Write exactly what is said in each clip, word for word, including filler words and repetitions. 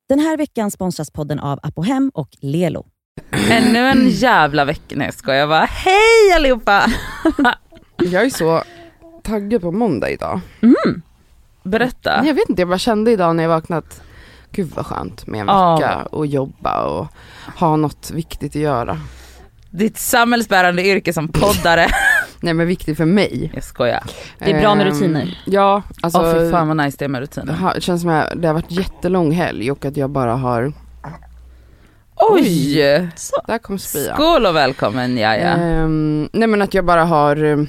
Den här veckan sponsras podden av Apohem och Lelo. Ännu en jävla vecka. Nej, ska jag bara. Hej allihopa! Jag är så taggad på måndag idag. Mm. Berätta. Nej, jag vet inte, jag bara kände idag när jag vaknat. Gud vad skönt med en vecka oh. och jobba och ha något viktigt att göra. Ditt samhällsbärande yrke som poddare. Nej, men viktigt för mig. Jag skojar. Det är bra med rutiner. Um, ja, alltså. Åh, för fan vad nice det är med rutiner. Det känns som att det har varit jättelång helg och att jag bara har... Oj! Så. Där kom spya. Skål och välkommen, ja, ja. Um, nej, men att jag bara har um,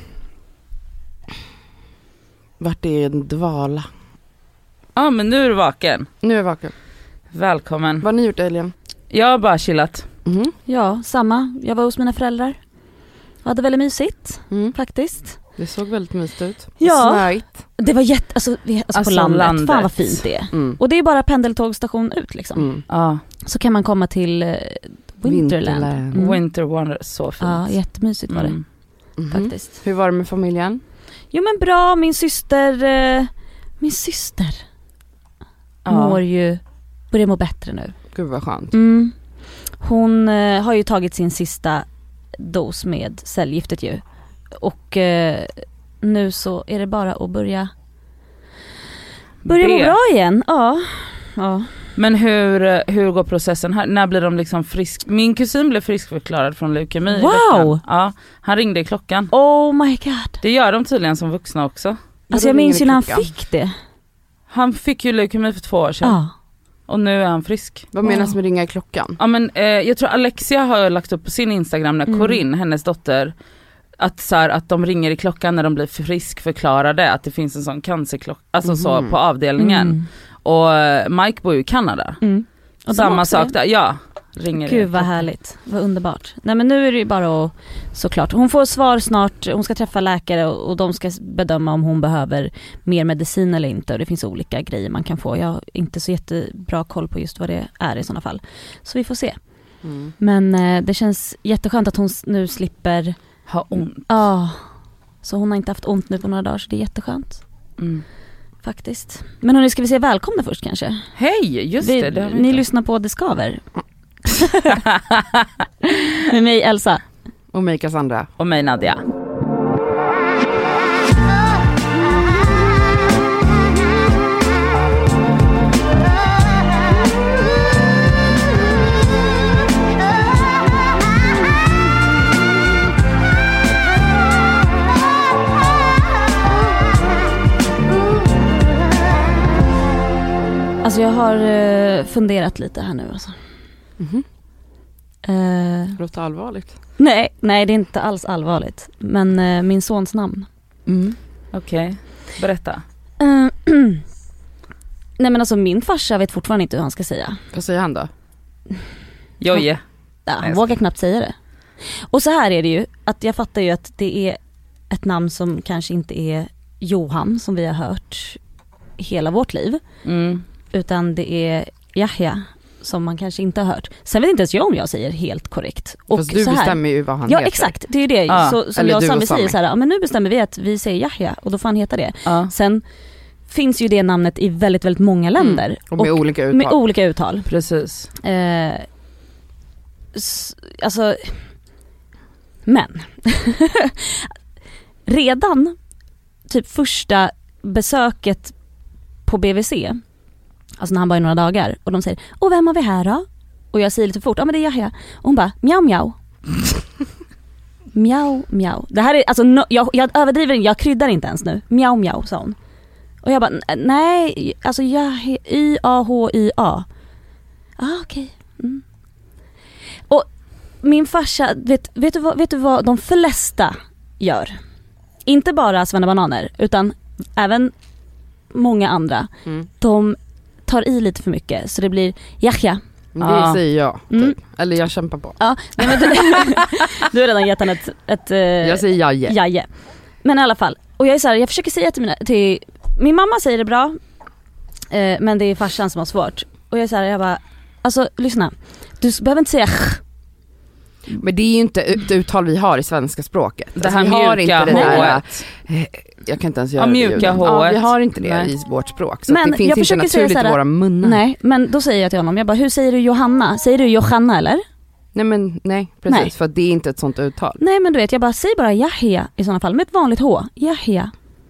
varit i en dvala. Ja, ah, men nu är du vaken. Nu är jag vaken. Välkommen. Vad har ni gjort, Elin? Jag har bara chillat. Mm. Ja, samma. Jag var hos mina föräldrar. Jag hade väldigt mysigt, mm. faktiskt. Det såg väldigt mysigt ut. Ja, Snöigt. det var jätte, alltså, vi, alltså, alltså på landet. landet. Fan vad fint det är. Mm. Och det är bara pendeltågstation ut liksom. Mm. Ja. Så kan man komma till uh, Winterland. Winterland. Mm. Winter Wonder, så fint. Ja, jättemysigt var det. Mm. Mm. Faktiskt. Hur var det med familjen? Jo men bra, min syster uh, min syster ja. mår ju, börjar må bättre nu. Gud vad skönt. Mm. Hon uh, har ju tagit sin sista dos med cellgiftet ju. Och uh, nu så är det bara att börja börja må bra igen. Ja. Ja. Men hur, hur går processen här? När blir de liksom frisk? Min kusin blev friskförklarad från leukemi. Wow! Ja, han ringde i klockan. Oh my god. Det gör de tydligen som vuxna också. Alltså jag minns ju när han fick det. Han fick ju leukemi för två år sedan. Ja. Och nu är han frisk. Vad menas med ringa i klockan? Ja, men eh, jag tror Alexia har lagt upp på sin Instagram när mm. Corinne, hennes dotter, att, så här, att de ringer i klockan när de blir friskförklarade. Att det finns en sån cancerklocka, alltså mm. så på avdelningen. Mm. Och Mike bor ju i Kanada. Mm. Och samma sak där, ja. Ringer Gud vad härligt, vad underbart. Nej men nu är det ju bara att, såklart. Hon får svar snart, hon ska träffa läkare och, och de ska bedöma om hon behöver mer medicin eller inte. Och det finns olika grejer man kan få. Jag har inte så jättebra koll på just vad det är i sådana fall. Så vi får se. Mm. Men eh, det känns jätteskönt att hon nu slipper ha ont. Ja, oh, så hon har inte haft ont nu på några dagar, så det är jätteskönt. Mm. Faktiskt. Men hörni, ska vi säga välkomna först kanske? Hej, just vi, det. det ni lyssnar på Det Skaver. Med mig Elsa. Och mig Cassandra. Och mig Nadia. Alltså jag har uh, funderat lite här nu alltså. Mhm. Uh, det låter allvarligt. Nej, nej det är inte alls allvarligt. Men uh, min sons namn. Mm. Okej, okay. Berätta. Uh, nej men alltså min farsa vet fortfarande inte hur han ska säga. Vad säger han då? Joje. Ja, han vågar knappt säga det. Och så här är det ju, att jag fattar ju att det är ett namn som kanske inte är Johan som vi har hört hela vårt liv. Mm. Utan det är Yahya som man kanske inte har hört. Sen vet inte ens jag om jag säger helt korrekt. Och fast du så här, bestämmer ju vad han ja, heter. Ja exakt, det är ju det. Ja. Så, som eller jag och Sami och säger så här, ja, men nu bestämmer vi att vi säger Yahya och då får han heta det. Ja. Sen finns ju det namnet i väldigt, väldigt många länder. Mm. Och med och olika uttal. Med olika uttal. Precis. Eh, s- alltså, men redan typ första besöket på B V C, alltså när han var i några dagar, och de säger, och vem har vi här då? Och jag säger lite fort, ja men det är Yahya. Och hon bara, mjau mjau. Mjau mjau. Det här är, alltså, no, jag, jag överdriver, jag kryddar inte ens nu. Mjau mjau, sa hon. Och jag bara, nej, alltså Yahya, Y A H Y A. Ah, okej. Okay. Mm. Och min farsa, vet, vet, du vad, vet du vad de flesta gör? Inte bara svennebananer, utan även många andra. Mm. De tar i lite för mycket, så det blir Yahya. Det ah. säger jag, typ. Mm. Eller jag kämpar på. Ja, nej, men du, du har redan gett han ett... ett jag säger jaje. jaje. Men i alla fall, och jag är så här, jag försöker säga till, mina, till min mamma säger det bra, eh, men det är farsan som har svårt. Och jag är så här, jag bara, alltså lyssna, du behöver inte säga. Men det är ju inte ett uttal vi har i svenska språket. Det alltså, här vi har inte det där, jag kan inte ens göra ja, mjuka det. H. Ja, vi har inte det Nej. i vårt språk. Så Men att det finns jag inte naturligt säga i våra munnar. Nej, men då säger jag till honom, jag bara, hur säger du Johanna? Säger du Johanna eller? Nej men nej, precis. Nej. För att det är inte ett sånt uttal. Nej men du vet, jag bara, säg bara Yahya i sådana fall, med ett vanligt H. Yahya.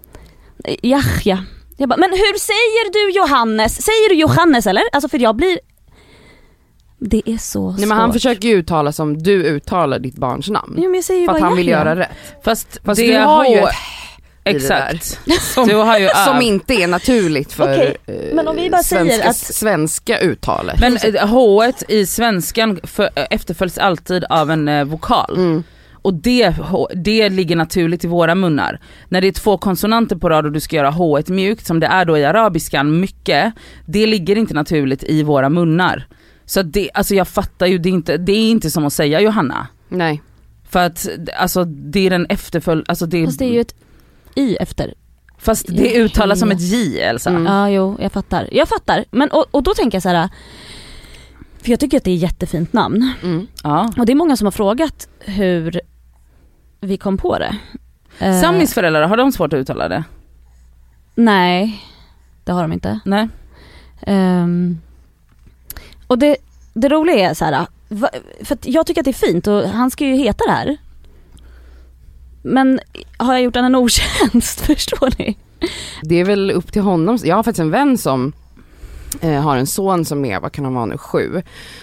Yahya. Jag bara, men hur säger du Johannes? Säger du Johannes eller? Alltså för jag blir... Det är så svårt. Nej men han försöker ju uttala som du uttalar ditt barns namn. Jo, men jag säger ju för att bara han vill Yahya. göra rätt. Fast, Fast det du har H... ju ett Exakt. som, du har ju som ö. inte är naturligt för Okej, eh, men om vi bara säger svenska, att- svenska uttalet. Men eh, H i svenskan för, efterföljs alltid av en eh, vokal. Mm. Och det, H- det ligger naturligt i våra munnar. När det är två konsonanter på rad och du ska göra H mjukt som det är då i arabiskan mycket, det ligger inte naturligt i våra munnar. Så det, alltså jag fattar ju, det är inte, det är inte som att säga Johanna. Nej. För att alltså, det är den efterfölj... Alltså det, Fast det är ju ett I efter. fast det uttalas som ett J, Elsa. Mm. Ja, jo, jag fattar. Jag fattar. Men, och, och då tänker jag så här, för jag tycker att det är ett jättefint namn. Mm. Ja. Och det är många som har frågat hur vi kom på det. Eh, Samis föräldrar, har de svårt att uttala det? Nej, det har de inte. Nej. Um, och det, det roliga är så här, va, för att jag tycker att det är fint och han ska ju heta det här. Men har jag gjort han en otjänst, förstår ni? Det är väl upp till honom. Jag har faktiskt en vän som eh, har en son som är, vad kan han vara nu, sju.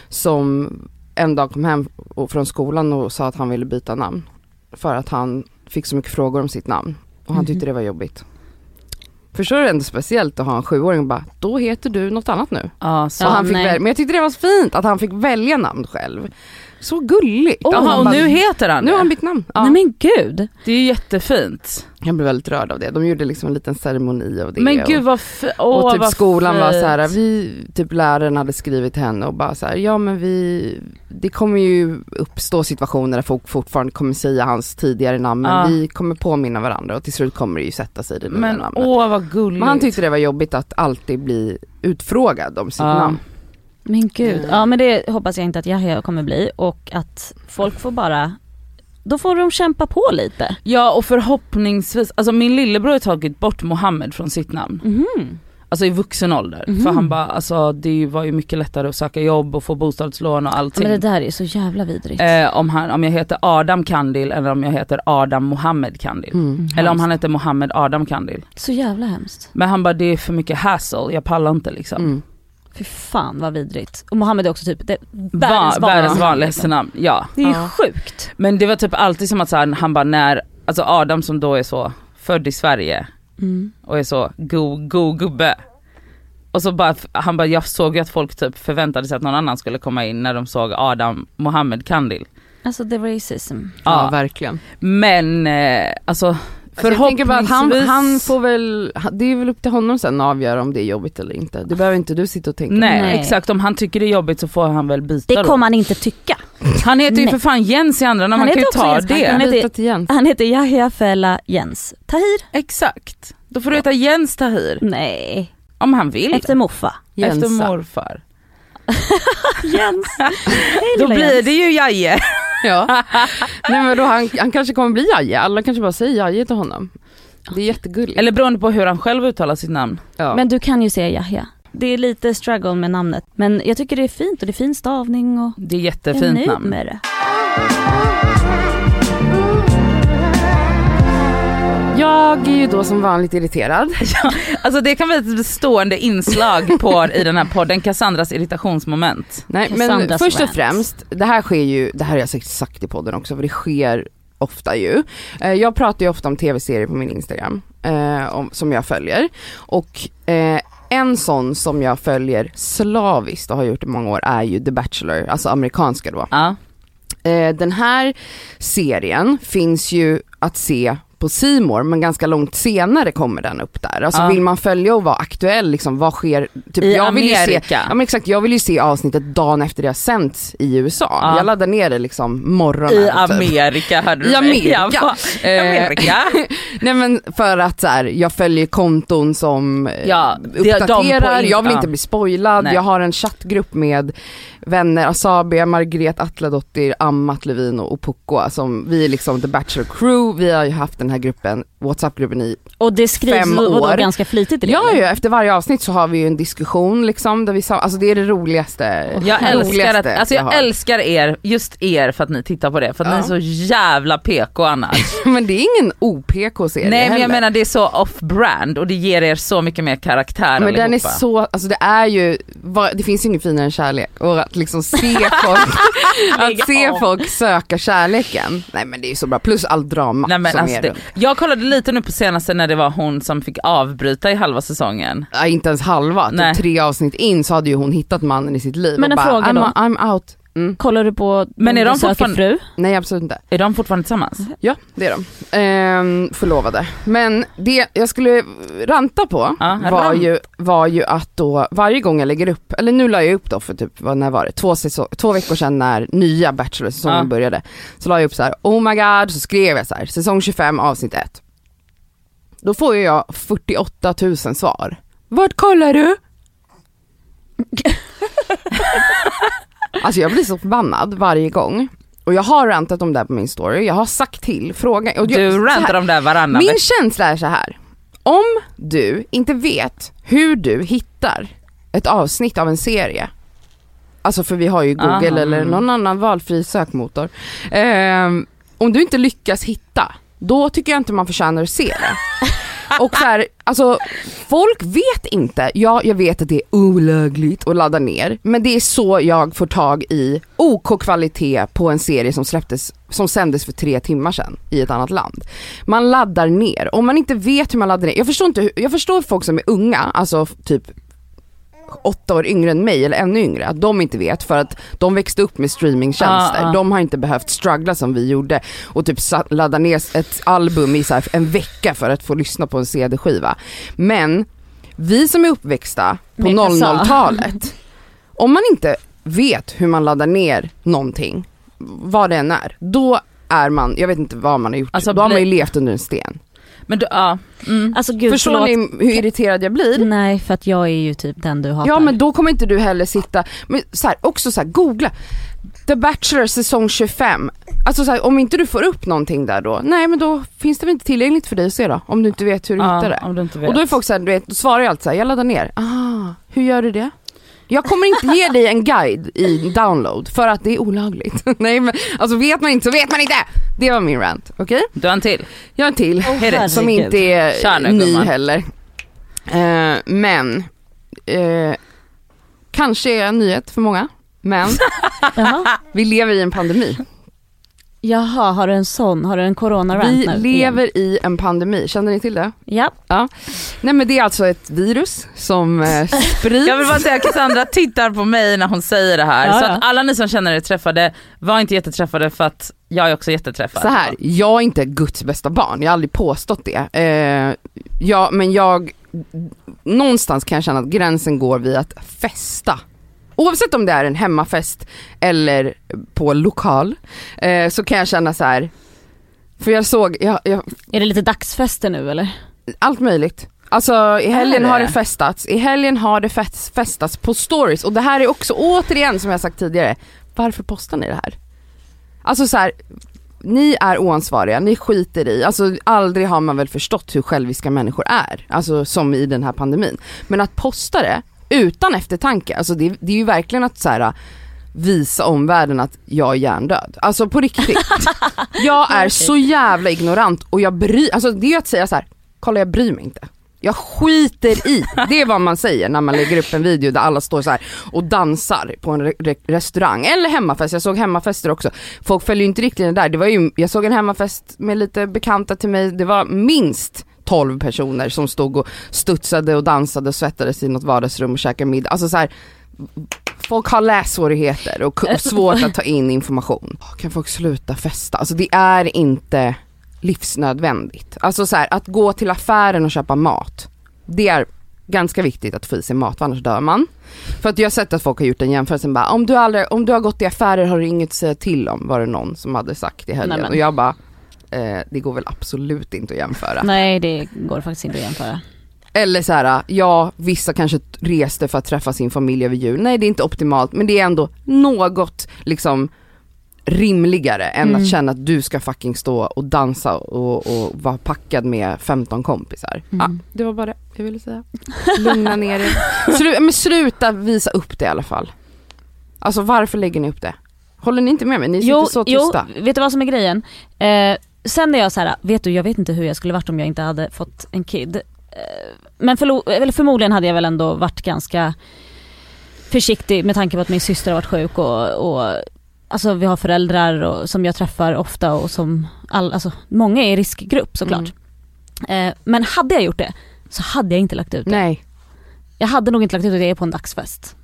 Som en dag kom hem och, från skolan och sa att han ville byta namn. För att han fick så mycket frågor om sitt namn. Och han tyckte det var jobbigt. Förstår du, ändå speciellt att ha en sjuåring och bara, då heter du något annat nu. Ja, så. Så han fick nej. väl, men jag tyckte det var så fint att han fick välja namn själv. Så gulligt. Jaha, Han och bara, nu heter han nu har det. han bytt namn. Ja. Nej men gud. Det är ju jättefint. Jag blev väldigt rörd av det. De gjorde liksom en liten ceremoni av det. Men och, gud vad f- åh, och typ vad skolan var fint. så här, vi, typ läraren hade skrivit till henne och bara så här, ja men vi, det kommer ju uppstå situationer där folk fortfarande kommer säga hans tidigare namn, men Ja. vi kommer påminna varandra och till slut kommer det ju sätta sig i det nya Men namnet. åh vad gulligt. Men han tyckte det var jobbigt att alltid bli utfrågad om sitt Ja. namn. Men gud. Ja men det hoppas jag inte att Yahya kommer bli. Och att folk får bara, då får de kämpa på lite. Ja, och förhoppningsvis, alltså min lillebror har tagit bort Mohammed från sitt namn. Mhm. Alltså i vuxen ålder. Mhm. För han bara, alltså det var ju mycket lättare att söka jobb och få bostadslån och allting. Men det där är så jävla vidrigt. eh, om, han, om jag heter Adam Kandil eller om jag heter Adam Mohammed Kandil. Mm. Eller om han heter Mohammed Adam Kandil. Så jävla hemskt. Men han bara, det är för mycket hassle, jag pallar inte liksom. Mm. Fy fan vad vidrigt. Och Mohammed är också typ det, Va, världens, världens vanligaste vanligaste namn. namn, ja. Det är ju Ja. sjukt. Men det var typ alltid som att så här, han bara när, alltså Adam som då är så född i Sverige Mm. och är så go, go gubbe. Och så bara, han bara, jag såg ju att folk typ förväntade sig att någon annan skulle komma in när de såg Adam Mohammed Kandil. Alltså the racism. Ja, Ja, verkligen. men eh, alltså Alltså jag tänker bara att han, förhoppningsvis- han får väl, det är väl upp till honom sen att avgöra om det är jobbigt eller inte. Det behöver inte du sitta och tänka. Nej, Nej. exakt, om han tycker det är jobbigt så får han väl byta Det då. kommer han inte tycka. Han heter ju Nej. för fan Jens i andra namn, Han man kan ju heter också ta Jens, det. han heter- Byta till Jens. Han heter Yahya Fela Jens Tahir. Exakt, då får du heta Jens Tahir. Nej, Om han vill. efter Moffa. Efter Jensa. morfar. Jens. Hej, Då lilla blir Jens. det ju Jaje. Ja. Nej men då han, han kanske kommer bli Jaje. Alla kanske bara säger Jaje till honom. Det är jättegulligt. Eller beroende på hur han själv uttalar sitt namn. Ja. Men du kan ju säga Yahya. Det är lite struggle med namnet. Men jag tycker det är fint och det är fin stavning och Det är jag är jättefint nöjd namn. med det. Jag är ju då som vanligt irriterad. Alltså det kan vara ett stående inslag på i den här podden, Cassandras irritationsmoment. Nej, men Cassandras först och rant. främst, det här sker ju, det här har jag säkert sagt i podden också, för det sker ofta ju. Eh, Jag pratar ju ofta om tv-serier på min Instagram eh, om, som jag följer. Och eh, en sån som jag följer slaviskt och har gjort i många år är ju The Bachelor, alltså amerikanska då. Ja. Eh, den här serien finns ju att se på C More, men ganska långt senare kommer den upp där. Alltså Ja. vill man följa och vara aktuell, liksom, vad sker? Typ, I jag vill ju se, Amerika. ja, men exakt, jag vill ju se avsnittet dagen efter det har sänts i U S A. Ja. Jag laddar ner det liksom morgonen. I typ. Amerika hörde du I mig? Amerika. Jag bara, Eh, Amerika. Nej men för att så här, jag följer konton som eh, Ja, det- de på uppdaterar, in- jag vill ja. inte bli spoilad, Nej. jag har en chattgrupp med vänner, Asabi, Margret Atladottir, Amat Levin och Pukkoa, som vi är liksom The Bachelor Crew, vi har ju haft den här gruppen, WhatsApp-gruppen i Och det skrivs fem då, år. ganska flitigt i det? Ja, ja, efter varje avsnitt så har vi ju en diskussion liksom, där vi sa, alltså det är det roligaste. Jag älskar, roligaste att, alltså jag har. älskar er, just er för att ni tittar på det, för att Ja. ni är så jävla P K annars. Men det är ingen O P K-serie Nej men jag heller. menar det är så off-brand och det ger er så mycket mer karaktär. Men den är allihopa. så, alltså det är ju, det finns ju inget finare än kärlek och att liksom se folk, att se folk söka kärleken. Nej men det är ju så bra, plus all drama. Nej, men som alltså är det, runt. jag kollade lite nu på senaste när det var hon som fick avbryta i halva säsongen. Ja, inte ens halva, Nej. typ tre avsnitt in så hade ju hon hittat mannen i sitt liv. Men och en bara, fråga I'm, då. I'm out. Mm. Kollar du på Men är de Besöker fortfarande- fru? Nej absolut inte. Är de fortfarande tillsammans? Ja det är de. Ehm, förlovade. Men det jag skulle ranta på Ja, var, ram. ju, var ju att då varje gång jag lägger upp, eller nu la jag upp då för typ, vad, när var det? Två, säsong, två veckor sedan när nya Bachelor-säsongen Ja. började. Så la jag upp så här: oh my god, så skrev jag så här, säsong tjugofem avsnitt ett. Då får ju jag fyrtioåtta tusen svar. Vart kollar du? Alltså jag blir så förbannad varje gång. Och jag har rantat om det här på min story. Jag har sagt till, fråga. Och jag, Du så här, rantar om det här varannan min vecka. känsla är så här. Om du inte vet hur du hittar ett avsnitt av en serie, alltså för vi har ju Google Aha. eller någon annan valfri sökmotor. Ehm, om du inte lyckas hitta, då tycker jag inte man förtjänar att se det. Och så här, alltså folk vet inte, ja jag vet att det är olagligt att ladda ner, men det är så jag får tag i OK-kvalitet på en serie som släpptes, som sändes för tre timmar sedan i ett annat land. Man laddar ner, om man inte vet hur man laddar ner, jag förstår inte hur, jag förstår folk som är unga, alltså typ åtta år yngre än mig eller ännu yngre, att de inte vet för att de växte upp med streamingtjänster. Ah, ah. De har inte behövt struggla som vi gjorde och typ sa- ladda ner ett album i så här en vecka för att få lyssna på en C D-skiva. Men vi som är uppväxta på Med noll U S A. noll-talet, om man inte vet hur man laddar ner någonting, vad det än är, då är man, jag vet inte vad man har gjort, Alltså, då har man ju bli- levt under en sten. Men du, ja. Mm. Alltså gud, Förstår förlåt. ni hur irriterad jag blir? Nej, för att jag är ju typ den du hatar. Ja men då kommer inte du heller sitta, men så här, också så här, googla The Bachelor säsong tjugofem. Alltså så här, om inte du får upp någonting där då, nej men då finns det väl inte tillgängligt för dig att se då, om du inte vet hur du hittar det. Ja, om du inte vet. Och då är folk så här, du vet, då svarar jag alltid så här, jag laddar ner. Ah, hur gör du det? Jag kommer inte ge dig en guide i download för att det är olagligt. Nej men alltså vet man inte så vet man inte. Det var min rant, okej? Okay? Du har en till. Jag har en till Åh, herregud. som inte är Kör nu, ny gumman. heller. Eh, men eh, kanske är en nyhet för många. Men Jaha. vi lever i en pandemi. Jaha, har du en sån? Har du en corona-rant Vi nu? lever i en pandemi, känner ni till det? Igen? Ja. Nej men det är alltså ett virus som eh, sprids. Jag vill bara säga att Cassandra tittar på mig när hon säger det här. Ja, så ja. att alla ni som känner er träffade, var inte jätteträffade för att jag är också jätteträffad. Så här, jag är inte Guds bästa barn, jag har aldrig påstått det. Eh, ja, men jag, någonstans kan jag känna att gränsen går vid att festa. Oavsett om det är en hemmafest eller på lokal, eh, så kan jag känna så här, för jag såg, jag, jag, Är det lite dagsfester nu eller? allt möjligt. Alltså i helgen Är det? har det festats, i helgen har det fest, festats på stories, och det här är också återigen som jag sagt tidigare, varför postar ni det här? Alltså så här, ni är oansvariga, ni skiter i, alltså aldrig har man väl förstått hur själviska människor är, alltså som i den här pandemin. Men att posta det utan eftertanke, alltså det, det är ju verkligen att så här, visa omvärlden att jag är hjärndöd. Alltså på riktigt. Jag är så jävla ignorant och jag bryr, alltså det är ju att säga så här, kolla jag bryr mig inte. Jag skiter i. Det är vad man säger när man lägger upp en video där alla står så här och dansar på en re- re- restaurang eller hemmafest. Jag såg hemmafester också. Folk följer ju inte riktigt där. Det var ju, jag såg en hemmafest med lite bekanta till mig. Det var minst tolv personer som stod och studsade och dansade och svettades i något vardagsrum och käkade middag. Alltså så här, folk har lässvårigheter och, och svårt att ta in information. Kan folk sluta festa? Alltså det är inte livsnödvändigt. Alltså så här, att gå till affären och köpa mat, det är ganska viktigt att få i sig mat, annars dör man. För att jag har sett att folk har gjort en jämförelse bara, om du, aldrig, om du har gått i affärer har du inget att säga till om, var det någon som hade sagt i helgen. Nej, men. Och jag bara, eh, det går väl absolut inte att jämföra. Nej, det går faktiskt inte att jämföra. Eller så här, ja, vissa kanske reste för att träffa sin familj över jul. Nej, det är inte optimalt, men det är ändå något liksom rimligare än Mm. att känna att du ska fucking stå och dansa och, och vara packad med femton kompisar. Mm. Ja, det var bara det jag ville säga. Lugna ner er. Slu, men sluta visa upp det i alla fall. Alltså varför lägger ni upp det? Håller ni inte med mig? Ni sitter Jo, så jo, tysta. vet du vad som är grejen? Eh, sen är jag så här, vet du, jag vet inte hur jag skulle varit om jag inte hade fått en kid. Eh, men förlo- eller förmodligen hade jag väl ändå varit ganska försiktig med tanke på att min syster har varit sjuk och, och alltså vi har föräldrar och, som jag träffar ofta och som all, alltså, många är i riskgrupp såklart. Mm. Eh, men hade jag gjort det så hade jag inte lagt ut det. Nej. Jag hade nog inte lagt ut det på en dagsfest.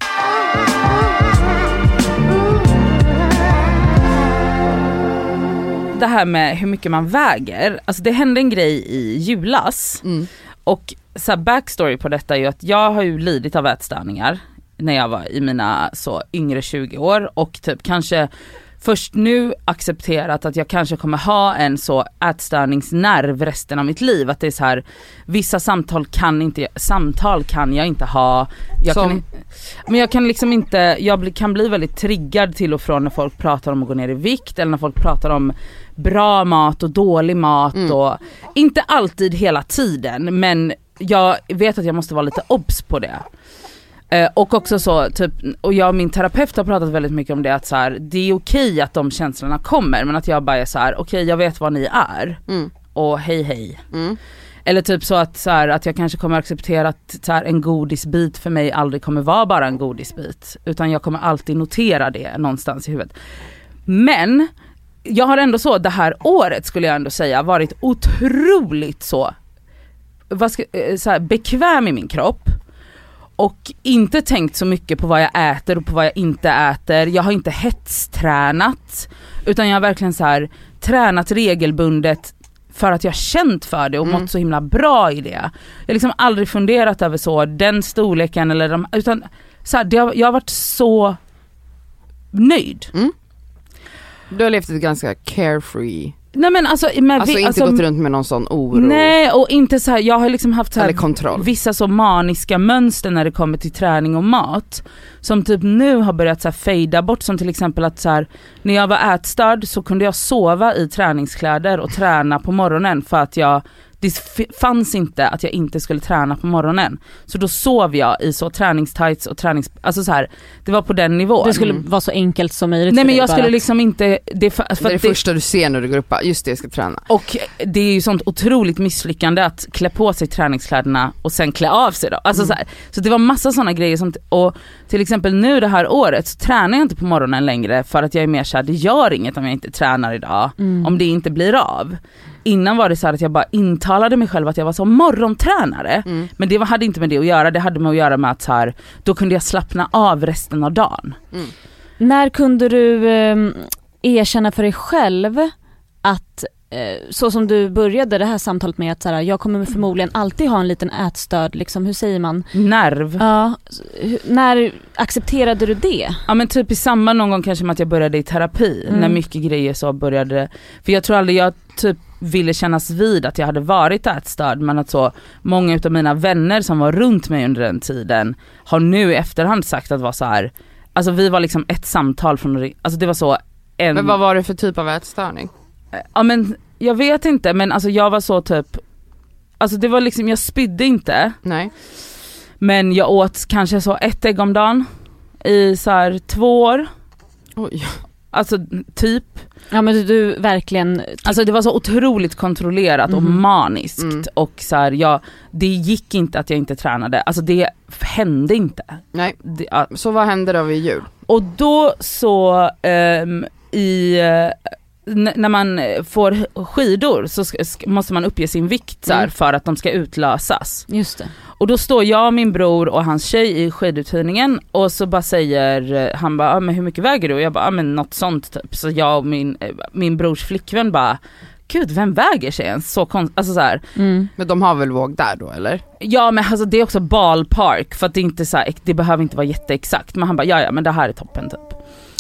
Det här med hur mycket man väger, alltså det hände en grej i julas Mm. och så här, backstory på detta är ju att jag har ju lidit av ätstörningar när jag var i mina så yngre tjugo år och typ kanske först nu accepterat att jag kanske kommer ha en så ätstörningsnerv resten av mitt liv, att det är så här, vissa samtal kan inte samtal kan jag inte ha jag Som? kan, men jag kan liksom inte jag bli, kan bli väldigt triggad till och från när folk pratar om att gå ner i vikt eller när folk pratar om bra mat och dålig mat Mm. och inte alltid hela tiden, men jag vet att jag måste vara lite obs på det. Eh, och också så typ, och jag och min terapeut har pratat väldigt mycket om det, att så här, det är okej att de känslorna kommer, men att jag bara är så här: okej, jag vet vad ni är Mm. och hej hej. Mm. Eller typ så att så här, att jag kanske kommer acceptera att så här, en godisbit för mig aldrig kommer vara bara en godisbit, utan jag kommer alltid notera det någonstans i huvudet. Men jag har ändå så, det här året skulle jag ändå säga varit otroligt så, vad ska, så här, bekväm i min kropp. Och inte tänkt så mycket på vad jag äter och på vad jag inte äter. Jag har inte hetstränat, utan jag har verkligen så här tränat regelbundet för att jag har känt för det och Mm. mått så himla bra i det. Jag har liksom aldrig funderat över så den storleken eller de, utan så här, det har, jag har varit så nöjd. Mm. Du har levt ett ganska carefree. Nej men alltså, med, Alltså inte alltså, gått runt med någon sån oro. Nej, och inte så här, jag har liksom haft så här, Eller kontroll. vissa så maniska mönster när det kommer till träning och mat som typ nu har börjat så här fejda bort, som till exempel att så här, när jag var ätstörd så kunde jag sova i träningskläder och träna på morgonen för att jag det f- fanns inte att jag inte skulle träna på morgonen. Så då sov jag i så träningstights och tränings... Alltså så här, det var på den nivån. Det skulle Mm. vara så enkelt som möjligt. Nej för men dig, jag bara skulle att- liksom inte... Det, för, Det för är det, att det, första du ser när du går upp. Just det, jag ska träna. och det är ju sånt otroligt misslyckande att klä på sig träningskläderna och sen klä av sig då. Alltså Mm. så, här, så det var massa såna grejer som, och till exempel nu det här året så tränar jag inte på morgonen längre för att jag är mer så här, det gör inget om jag inte tränar idag, Mm. om det inte blir av. Innan var det så här att jag bara intalade mig själv att jag var så morgontränare, Mm. men det var, hade inte med det att göra, det hade med att göra med att så här, då kunde jag slappna av resten av dagen. Mm. När kunde du eh, erkänna för dig själv att eh, så som du började det här samtalet med att så här, jag kommer förmodligen alltid ha en liten ätstörd, liksom, hur säger man? Nerv. Ja, hur- när accepterade du det? Ja men typ i samband någon gång kanske med att jag började i terapi, Mm. när mycket grejer så började, för jag tror aldrig jag typ ville kännas vid att jag hade varit ätstörd, men att så många utav mina vänner som var runt mig under den tiden har nu i efterhand sagt att det var så här, alltså vi var liksom ett samtal från, alltså det var så en... Men vad var det för typ av ätstörning? Ja men jag vet inte, men alltså jag var så typ, alltså det var liksom, jag spydde inte, Nej. men jag åt kanske så ett ägg om dagen i så här två år, Oj. alltså typ. Ja men du, du verkligen... Alltså det var så otroligt kontrollerat och Mhm. maniskt Mm. och så här, jag, det gick inte att jag inte tränade, alltså det hände inte. Nej. Det, ja. Så vad hände då vid jul? Och då så ehm, i eh, n- när man får skidor så ska, ska, måste man uppge sin vikt så här, Mm. för att de ska utlösas. Just det. Och då står jag, min bror och hans tjej i skiduthyrningen och så bara säger eh, han bara, ah, men hur mycket väger du? Och jag bara, ah, men något sånt typ. Så jag och min, eh, min brors flickvän bara, gud vem väger sig ens? Så konst, alltså så här. Mm. Men de har väl våg där då eller? Ja men alltså det är också ballpark, för att det är inte så här, det behöver inte vara jätteexakt, men han bara, ja ja men det här är toppen typ.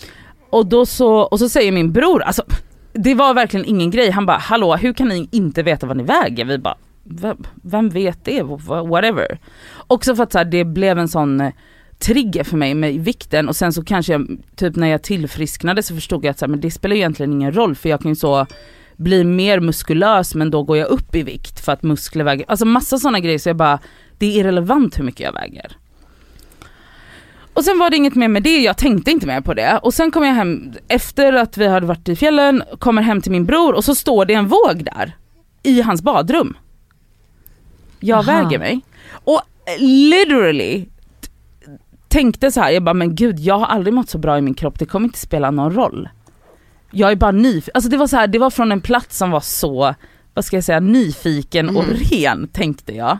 Och då så, och så säger min bror, alltså det var verkligen ingen grej, han bara, hallå hur kan ni inte veta vad ni väger? Vi bara, vem, vem vet det? Whatever. Också för att så här, det blev en sån trigger för mig med vikten, och sen så kanske jag, typ när jag tillfrisknade så förstod jag att så här, men det spelar ju egentligen ingen roll, för jag kan ju så bli mer muskulös, men då går jag upp i vikt för att muskler väger, alltså massa sådana grejer, så jag bara, det är irrelevant hur mycket jag väger. Och sen var det inget mer med det, jag tänkte inte mer på det. Och sen kom jag hem, efter att vi hade varit i fjällen, kommer hem till min bror, och så står det en våg där i hans badrum. Jag Aha. väger mig. Och literally tänkte så här, jag bara, men gud, jag har aldrig mått så bra i min kropp, det kommer inte spela någon roll. Jag är bara nyfiken, alltså det var så här, det var från en plats som var så, vad ska jag säga, nyfiken och mm. ren, tänkte jag.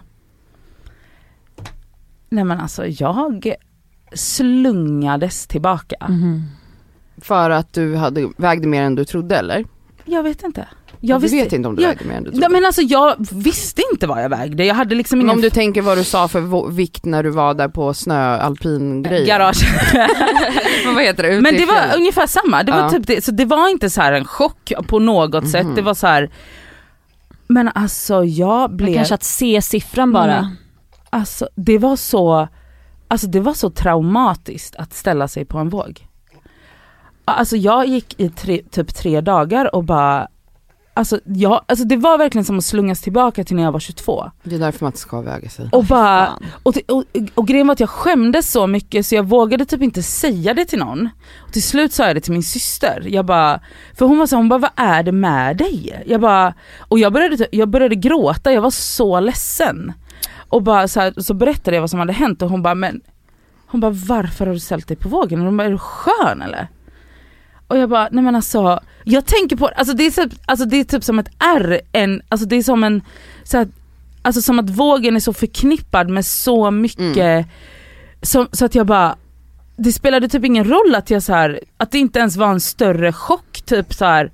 Nej men alltså, jag slungades tillbaka. Mm. För att du hade vägde mer än du trodde, eller? Jag vet inte. Jag du visste, vet inte om du jag, vägde mer än du trodde. Ja, men alltså jag visste inte vad jag vägde. Jag hade liksom ingen... Men om du tänker vad du sa för vikt när du var där på snö-alpin-grejen. Garage. Men vad heter det? Men det var ungefär samma. Det var ja. typ det. Så det var inte så här en chock på något mm. sätt. Det var så här... Men alltså jag blev... Men kanske att se siffran bara. Mm. Alltså det var så... Alltså det var så traumatiskt att ställa sig på en våg. Alltså jag gick i tre, typ tre dagar och bara... Alltså, jag, alltså det var verkligen som att slungas tillbaka till när jag var tjugotvå. Det är därför man inte ska väga sig. Och, bara, och, och, och grejen var att jag skämdes så mycket så jag vågade typ inte säga det till någon. Och till slut sa jag det till min syster. Jag bara, för hon var så, hon bara, vad är det med dig? Jag bara, och jag började, jag började gråta, jag var så ledsen. Och bara så, här, så berättade jag vad som hade hänt och hon bara, men hon bara, varför har du ställt dig på vågen? Och hon bara, är du skön eller? Och jag bara, nej men alltså, jag tänker på, alltså det är typ, alltså det är typ som ett R, en, alltså det är som en, så att, alltså som att vågen är så förknippad med så mycket, mm. så, så att jag bara, det spelade typ ingen roll att jag så här, att det inte ens var en större chock typ så här.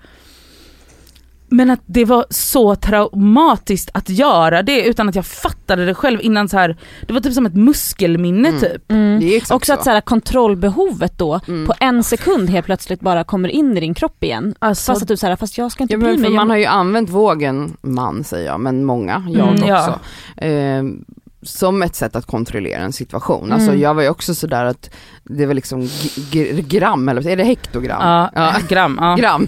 Men att det var så traumatiskt att göra det utan att jag fattade det själv innan så här. Det var typ som ett muskelminne mm. typ. Mm. Det är också så. Att så här, kontrollbehovet då mm. på en sekund helt plötsligt bara kommer in i din kropp igen. Alltså, fast att du så här, fast jag ska inte ja, bry mig. Man har ju använt vågen, man säger jag, men många, jag mm, också. Ja. Eh, som ett sätt att kontrollera en situation. Mm. Alltså jag var ju också sådär att det var liksom g- gram, eller är det hektogram? Ja, ja. gram. Ja. Gram.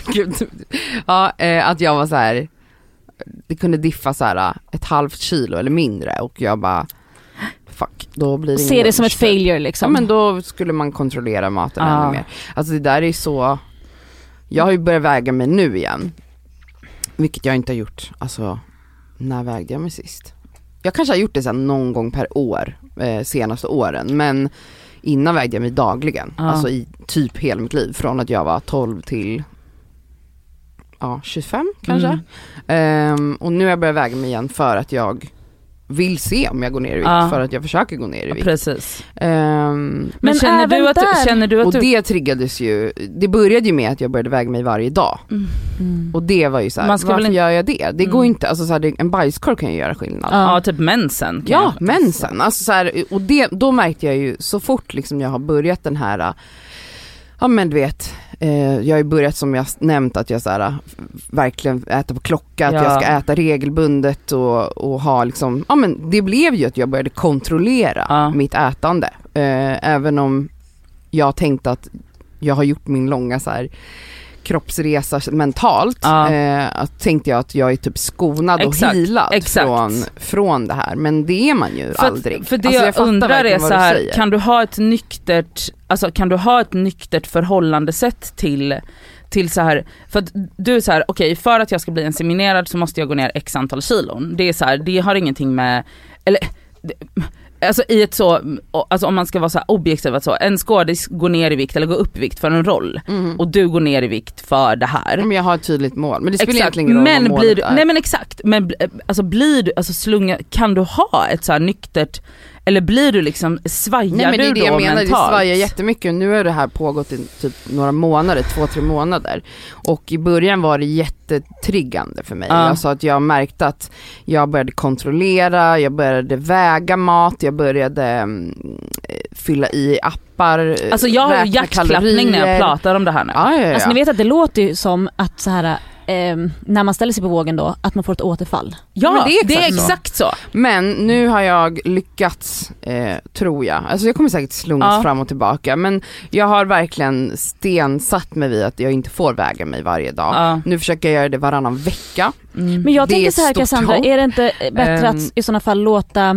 ja, eh, att jag var så här, det kunde diffa så här ett halvt kilo eller mindre och jag bara fuck, då blir det ingen ser det som ett failure liksom. Ja, men då skulle man kontrollera maten ja. ännu mer. Alltså det där är så, jag har ju börjat väga mig nu igen. Vilket jag inte har gjort. Alltså, när vägde jag mig sist? Jag kanske har gjort det så någon gång per år eh, senaste åren, men innan vägde jag mig dagligen. Ja. Alltså i typ hela mitt liv, från att jag var tolv till ja, tjugofem kanske. Mm. Um, och nu har jag börjat väga mig igen för att jag vill se om jag går ner i vikt, ja. för att jag försöker gå ner i vikt. Ja, precis. Um, men, men känner, du att, känner du att och du... det triggades ju, det började ju med att jag började väga mig varje dag. Mm. Mm. Och det var ju så här, varför inte... gör jag det? Det mm. går inte, alltså så här, en bajskorv kan ju göra skillnad. Ja, ja typ mensen. Ja, mensen. Alltså så här, och det, då märkte jag ju så fort liksom jag har börjat den här, ja men du vet, eh, jag har ju börjat som jag nämnt att jag så här, verkligen äter på klocka, att ja. jag ska äta regelbundet och, och ha liksom, ja men det blev ju att jag började kontrollera ja. mitt ätande. Eh, även om jag tänkte att jag har gjort min långa så här kroppsresa mentalt, ja. eh, tänkte jag att jag är typ skonad exakt, och hilad exakt. Från, från det här, men det är man ju för, aldrig. För det alltså, jag, jag undrar är så här, kan du ha ett nyktert, alltså kan du ha ett nyktert förhållandesätt till till så här, för att du är så här, okej, okay, för att jag ska bli inseminerad så måste jag gå ner x antal kilon. Det är så här, det har ingenting med, eller det, alltså i ett så, alltså om man ska vara så här objektiv, att så en skådis går ner i vikt eller går upp i vikt för en roll mm. och du går ner i vikt för det här. Men jag har ett tydligt mål, men det spelar exakt. egentligen ingen roll men vad blir målet du, nej men exakt, men alltså blir du, alltså slunga, kan du ha ett så här nyktert, eller blir du liksom, svajar nej, men det är du det då jag menar, mentalt? Det svajar jättemycket. Nu har det här pågått i typ några månader, två, tre månader. Och i början var det jättetriggande för mig. Ja. Alltså att jag märkte att jag började kontrollera, jag började väga mat, jag började mm, fylla i appar. Alltså jag har ju hjärtklappning när jag pratar om det här nu. Ja, ja, ja. Alltså ni vet att det låter ju som att så här, eh, när man ställer sig på vågen då, att man får ett återfall. Ja, men det är det är exakt, exakt så. Men nu har jag lyckats, eh, tror jag. Alltså jag kommer säkert slungas Ja. fram och tillbaka. Men jag har verkligen stensatt mig vid att jag inte får väga mig varje dag. Ja. Nu försöker jag göra det varannan vecka. Mm. Men jag Det är tänker så här, stort Cassandra, hopp. är det inte bättre Ehm. att i sådana fall låta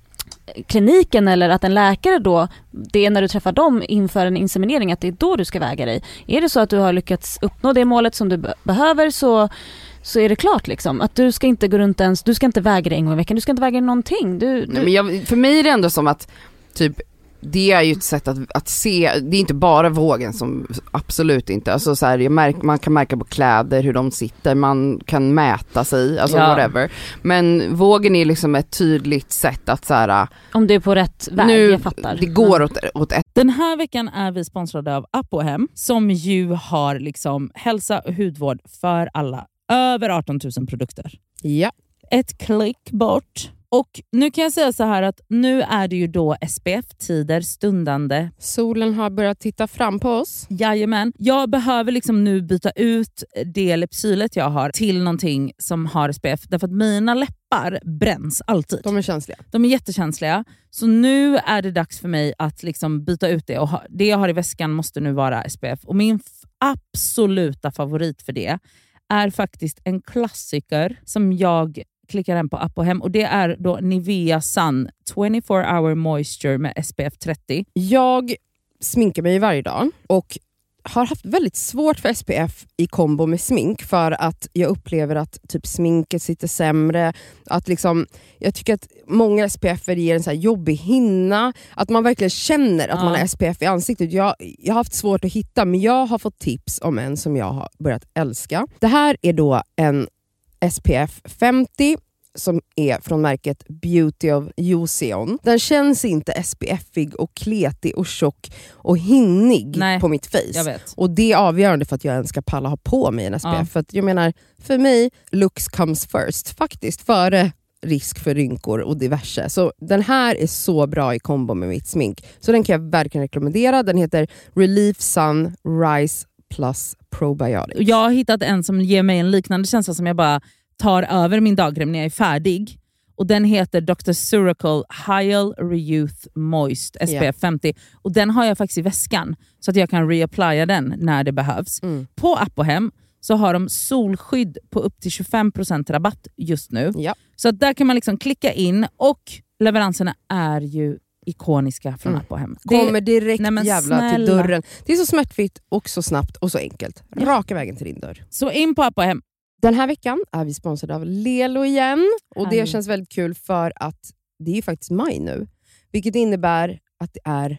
kliniken eller att en läkare då, det är när du träffar dem inför en inseminering, att det är då du ska väga dig. Är det så att du har lyckats uppnå det målet som du be- behöver så, så är det klart liksom. Att du ska inte gå runt ens, du ska inte väga dig en gång i veckan, du ska inte väga dig någonting. Du, du... Nej, men jag, för mig är det ändå som att typ det är ju ett sätt att, att se, det är inte bara vågen som, absolut inte, alltså så här, jag märk, man kan märka på kläder hur de sitter, man kan mäta sig, alltså Ja. whatever, men vågen är liksom ett tydligt sätt att så här, Om du är på rätt väg, nu, jag fattar. det går åt, åt ett. Den här veckan är vi sponsrade av Apohem som ju har liksom hälsa och hudvård för alla. Över arton tusen produkter. Ja. Ett klick bort. Och nu kan jag säga så här att nu är det ju då S P F-tider stundande. Solen har börjat titta fram på oss. Jajamän. Jag behöver liksom nu byta ut det läppsylet jag har till någonting som har S P F. Därför att mina läppar bränns alltid. De är känsliga. De är jättekänsliga. Så nu är det dags för mig att liksom byta ut det. Och ha, det jag har i väskan måste nu vara S P F. Och min f- absoluta favorit för det är faktiskt en klassiker som jag klickar hem på Apohem. Och det är då Nivea Sun twenty-four hour moisture med S P F trettio. Jag sminkar mig varje dag och har haft väldigt svårt för S P F i kombo med smink för att jag upplever att typ sminket sitter sämre, att liksom, jag tycker att många S P F ger en så här jobbig hinna, att man verkligen känner att Ja. man har S P F i ansiktet. Jag, jag har haft svårt att hitta, men jag har fått tips om en som jag har börjat älska. Det här är då en S P F femtio som är från märket Beauty of Joseon. Den känns inte S P F-ig och kletig och tjock och hinnig Nej, på mitt face. Jag vet. Och det är avgörande för att jag ens ska palla ha på mig en S P F. Ja. För att jag menar, för mig, looks comes first. Faktiskt före risk för rynkor och diverse. Så den här är så bra i kombo med mitt smink. Så den kan jag verkligen rekommendera. Den heter Relief Sun Rise Plus Probiotics. Jag har hittat en som ger mig en liknande känsla som jag bara tar över min dagkräm när jag är färdig. Och den heter doktor Suracle Hyal Reyouth Moist S P F femtio. Och den har jag faktiskt i väskan så att jag kan reapplya den när det behövs. Mm. På Apohem så har de solskydd på upp till tjugofem procent rabatt just nu. Ja. Så att där kan man liksom klicka in och leveranserna är ju ikoniska från Mm. Apohem. Kommer direkt Nej, men jävla till snälla. dörren. Det är så smärtfritt och så snabbt och så enkelt. Raka vägen till din dörr. Så in på Apohem. Den här veckan är vi sponsrade av Lelo igen. Och det Härligt. känns väldigt kul för att det är ju faktiskt maj nu. Vilket innebär att det är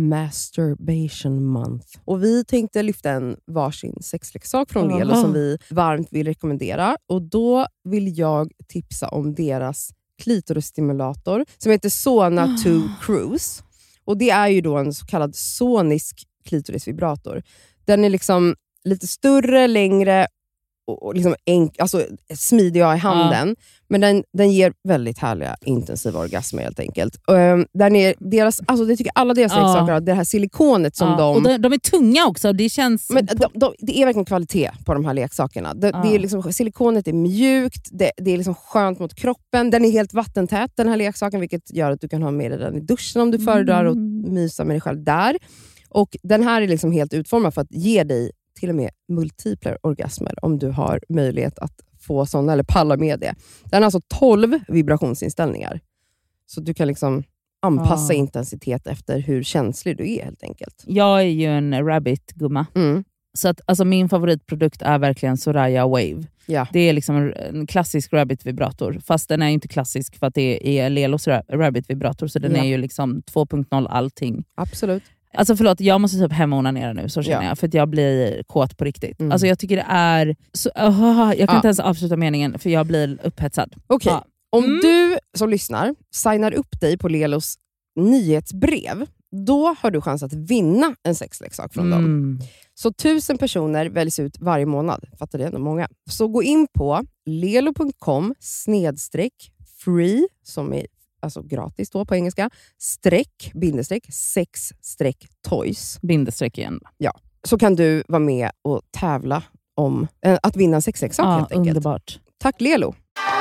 Masturbation Month. Och vi tänkte lyfta en varsin sexleksak från Oh. Lelo som vi varmt vill rekommendera. Och då vill jag tipsa om deras klitorisstimulator som heter Sona Oh. two Cruise. Och det är ju då en så kallad sonisk klitorisvibrator. Den är liksom lite större, längre och och liksom enk, alltså smidig i handen. Men den, den ger väldigt härliga intensiva orgasmer helt enkelt. Um, den är deras, alltså det tycker alla deras Ja. leksaker har, det här silikonet som Ja, de... och de, de är tunga också. Det känns... Men de, de, det är verkligen kvalitet på de här leksakerna. Det, Ja. det är liksom, silikonet är mjukt, det, det är liksom skönt mot kroppen. Den är helt vattentät den här leksaken, vilket gör att du kan ha med dig den i duschen om du föredrar och Mm. mysa med dig själv där. Och den här är liksom helt utformad för att ge dig till och med multipla orgasmer om du har möjlighet att få sådana eller palla med det. Den har alltså tolv vibrationsinställningar. Så du kan liksom anpassa Ja. intensitet efter hur känslig du är helt enkelt. Jag är ju en rabbit-gumma. Mm. Så att, alltså, min favoritprodukt är verkligen Soraya Wave. Ja. Det är liksom en, en klassisk rabbit-vibrator. Fast den är inte klassisk för att det är Lelos ra- rabbit-vibrator. Så den Ja. är ju liksom två punkt noll allting. Absolut. Alltså förlåt, jag måste typ hemonanera nu, så känner Ja. jag. För att jag blir kåt på riktigt. Mm. Alltså jag tycker det är... Så, oh, jag kan Ja. inte ens avsluta meningen för jag blir upphetsad. Okej, Ja. om Mm. du som lyssnar signar upp dig på Lelos nyhetsbrev, då har du chans att vinna en sexleksak från dem. Mm. Så tusen personer väljs ut varje månad. Fattar det ändå många. Så gå in på lelo punkt com snedstreck free, som är alltså gratis då på engelska, streck, bindestreck, sex streck toys. Bindestreck igen. Så kan du vara med och tävla om äh, att vinna en sexleksak Ja, helt enkelt. underbart. Tack Lelo.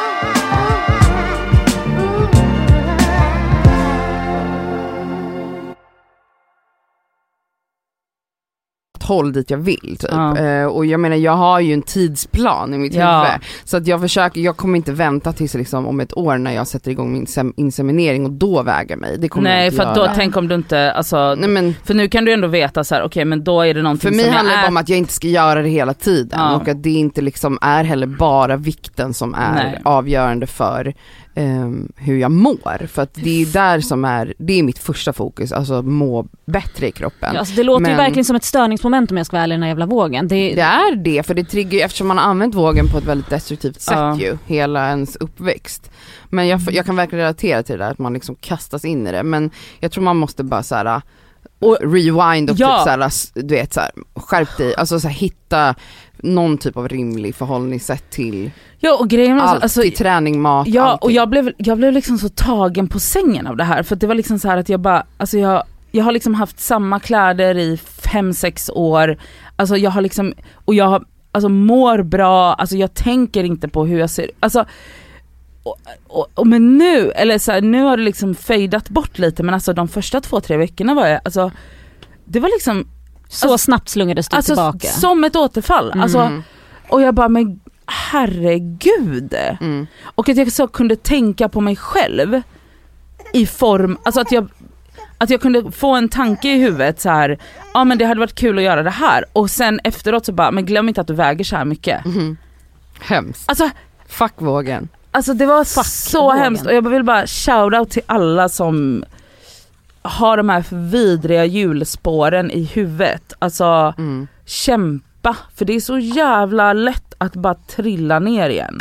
håll dit jag vill typ. Ja. Eh, och jag menar jag har ju en tidsplan i mitt Ja. huvud. Så att jag försöker, jag kommer inte vänta tills liksom om ett år när jag sätter igång min sem- inseminering och då väger mig. Det kommer jag Nej inte för att göra. då tänk om du inte, alltså, Nej, men för nu kan du ändå veta så här, okej okay, men då är det någonting för mig som handlar jag det är... om att jag inte ska göra det hela tiden Ja. och att det inte liksom är heller bara vikten som är Nej. avgörande för um, hur jag mår. För att det är där som är, det är mitt första fokus, alltså må bättre i kroppen. Ja, alltså det låter Men- ju verkligen som ett störningsmoment om jag ska vara ärlig i den här jävla vågen. Det, Det är det, för det triggar ju, eftersom man har använt vågen på ett väldigt destruktivt sätt Ja. ju, hela ens uppväxt. Men jag, jag kan verkligen relatera till det där, att man liksom kastas in i det. Men jag tror man måste bara så här och rewind och Ja. typ så här, du vet så här, skärp dig, alltså så här, hitta någon typ av rimlig förhållningssätt till Ja och grejen var allt, alltså, till träning, mat, ja allting. och jag blev, jag blev liksom så tagen på sängen av det här, för att det var liksom så här att jag bara, alltså jag jag har liksom haft samma kläder i fem, sex år, alltså jag har liksom, och jag har, alltså mår bra, alltså jag tänker inte på hur jag ser, alltså och, och, och men nu, eller så här, nu har det liksom fejdat bort lite, men alltså de första två, tre veckorna var jag, alltså det var liksom så alltså, snabbt slungades du alltså tillbaka. som ett återfall, Mm. alltså, och jag bara, men herregud. Mm. Och att jag så kunde tänka på mig själv i form, alltså att jag att jag kunde få en tanke i huvudet så här, ja men det hade varit kul att göra det här, och sen efteråt så bara, men glöm inte att du väger så här mycket. Mm. Hemskt. Alltså, Fuck vågen. alltså det var Fuck så vågen. hemskt, och jag vill bara shout out till alla som har de här vidriga hjulspåren i huvudet. Alltså Mm. kämpa, för det är så jävla lätt att bara trilla ner igen.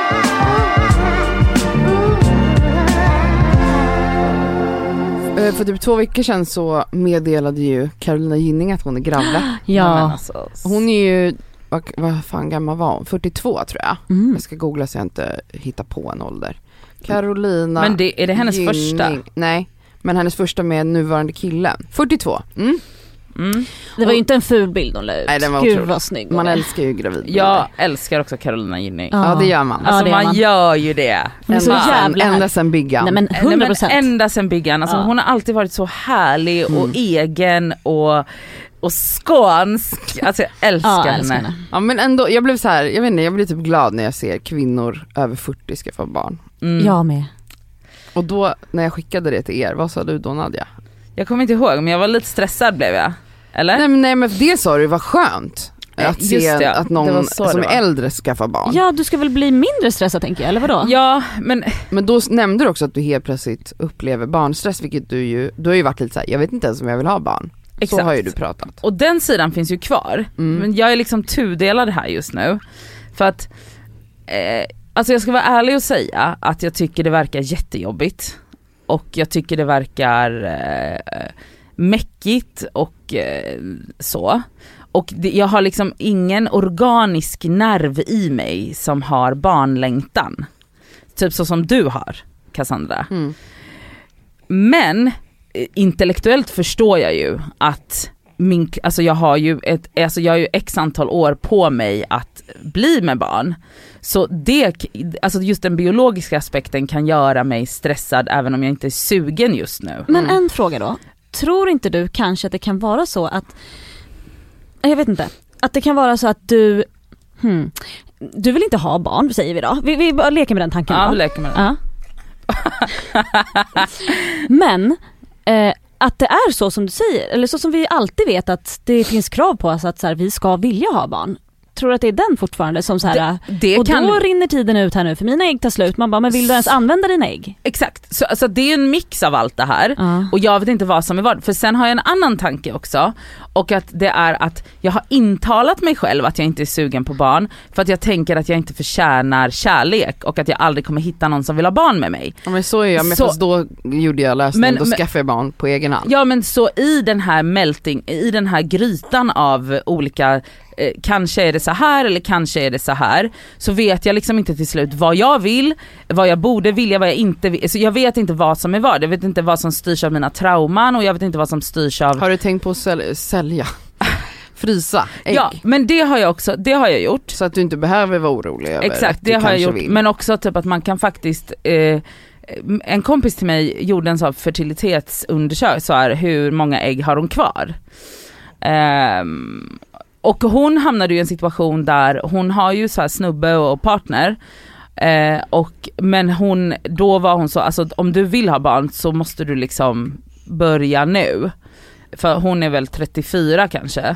Eh, För typ två veckor sedan så meddelade ju Carolina Gynning att hon är gravid. Ja. men alltså, Hon är ju, vad, vad fan gammal var hon? fyrtiotvå tror jag. Mm. Jag ska googla så jag inte hittar på en ålder. Carolina men det, är det hennes Gynning. första? Nej, men hennes första med nuvarande killen. fyrtiotvå. Mm. Mm. Det var ju inte en ful bild hon la ut. Nej, den var Gud otrolig. vad snygg. Man hon är. älskar ju gravid. Jag älskar också Carolina Gynning. Ja, det gör man. Ja, Alltså det gör man, man. gör ju det. Hon är så Ända sen- jävla Ända härlig. sen byggan. Nej men Nej, hundra men procent. ända sen byggan, alltså Ja. hon har alltid varit så härlig och Mm. egen och, och skånsk. Alltså jag älskar, Ja, henne. älskar henne. Ja men ändå, jag blev så här, jag vet inte, jag blir typ glad när jag ser kvinnor över fyrtio ska få barn. Mm. Jag med. Och då, när jag skickade det till er, vad sa du då Nadja? Jag kommer inte ihåg, men jag var lite stressad blev jag. Eller? Nej men, nej, men det sa du, var skönt. Att Just se det, att det var någon så det som var. är äldre ska få barn. Ja, du ska väl bli mindre stressad tänker jag, eller vadå? Ja, men Men då nämnde du också att du helt plötsligt upplever barnstress, vilket du ju, du har ju varit lite såhär, jag vet inte ens om jag vill ha barn. exakt. Så har ju du pratat. Och den sidan finns ju kvar. Mm. Men jag är liksom tudelad här just nu. För att, eh, alltså jag ska vara ärlig och säga att jag tycker det verkar jättejobbigt. Och jag tycker det verkar eh, mäckigt och eh, så. Och det, jag har liksom ingen organisk nerv i mig som har barnlängtan. Typ så som du har, Cassandra. Mm. Men eh, intellektuellt förstår jag ju att min, alltså jag har ju ett, alltså jag har ju x antal år på mig att bli med barn. Så det, alltså just den biologiska aspekten kan göra mig stressad även om jag inte är sugen just nu. Men Mm. en fråga då. Tror inte du kanske att det kan vara så att, jag vet inte, att det kan vara så att du, hmm, du vill inte ha barn, säger vi då. Vi, vi bara leker med den tanken Ja, då. vi leker med det. Ja. Men eh, att det är så som du säger, eller så som vi alltid vet att det finns krav på oss att så här, vi ska vilja ha barn. Tror du att det är den fortfarande som så här, Det och kan då rinner tiden ut här nu för mina ägg tar slut. Man bara, men vill du ens använda dina ägg? Exakt, så alltså det är en mix av allt det här. Ja. Och jag vet inte vad som är vad. För sen har jag en annan tanke också. Och att det är att jag har intalat mig själv att jag inte är sugen på barn. För att jag tänker att jag inte förtjänar kärlek. Och att jag aldrig kommer hitta någon som vill ha barn med mig. Ja men så är jag, men Så- fast då gjorde jag lösningen, Men- då men- skaffade jag barn på egen hand. Ja men så i den här melting, i den här grytan av olika, eh, kanske är det så här eller kanske är det så här, så vet jag liksom inte till slut vad jag vill, vad jag borde vilja, vad jag inte vill. Så jag vet inte vad som är vad. Jag vet inte vad som styrs av mina trauman och jag vet inte vad som styrs av... Har du tänkt på att säl- sälja? frysa ägg. Ja, men det har jag också, det har jag gjort. Så att du inte behöver vara orolig över. Exakt, att det du har jag kanske gjort. vill. Men också typ att man kan faktiskt eh, en kompis till mig gjorde en sån fertilitetsundersökning, så här, hur många ägg har hon kvar? Um, och hon hamnade ju i en situation där hon har ju så här snubbe och partner. Eh, och, men hon, då var hon så, alltså om du vill ha barn så måste du liksom börja nu. För hon är väl trettiofyra kanske.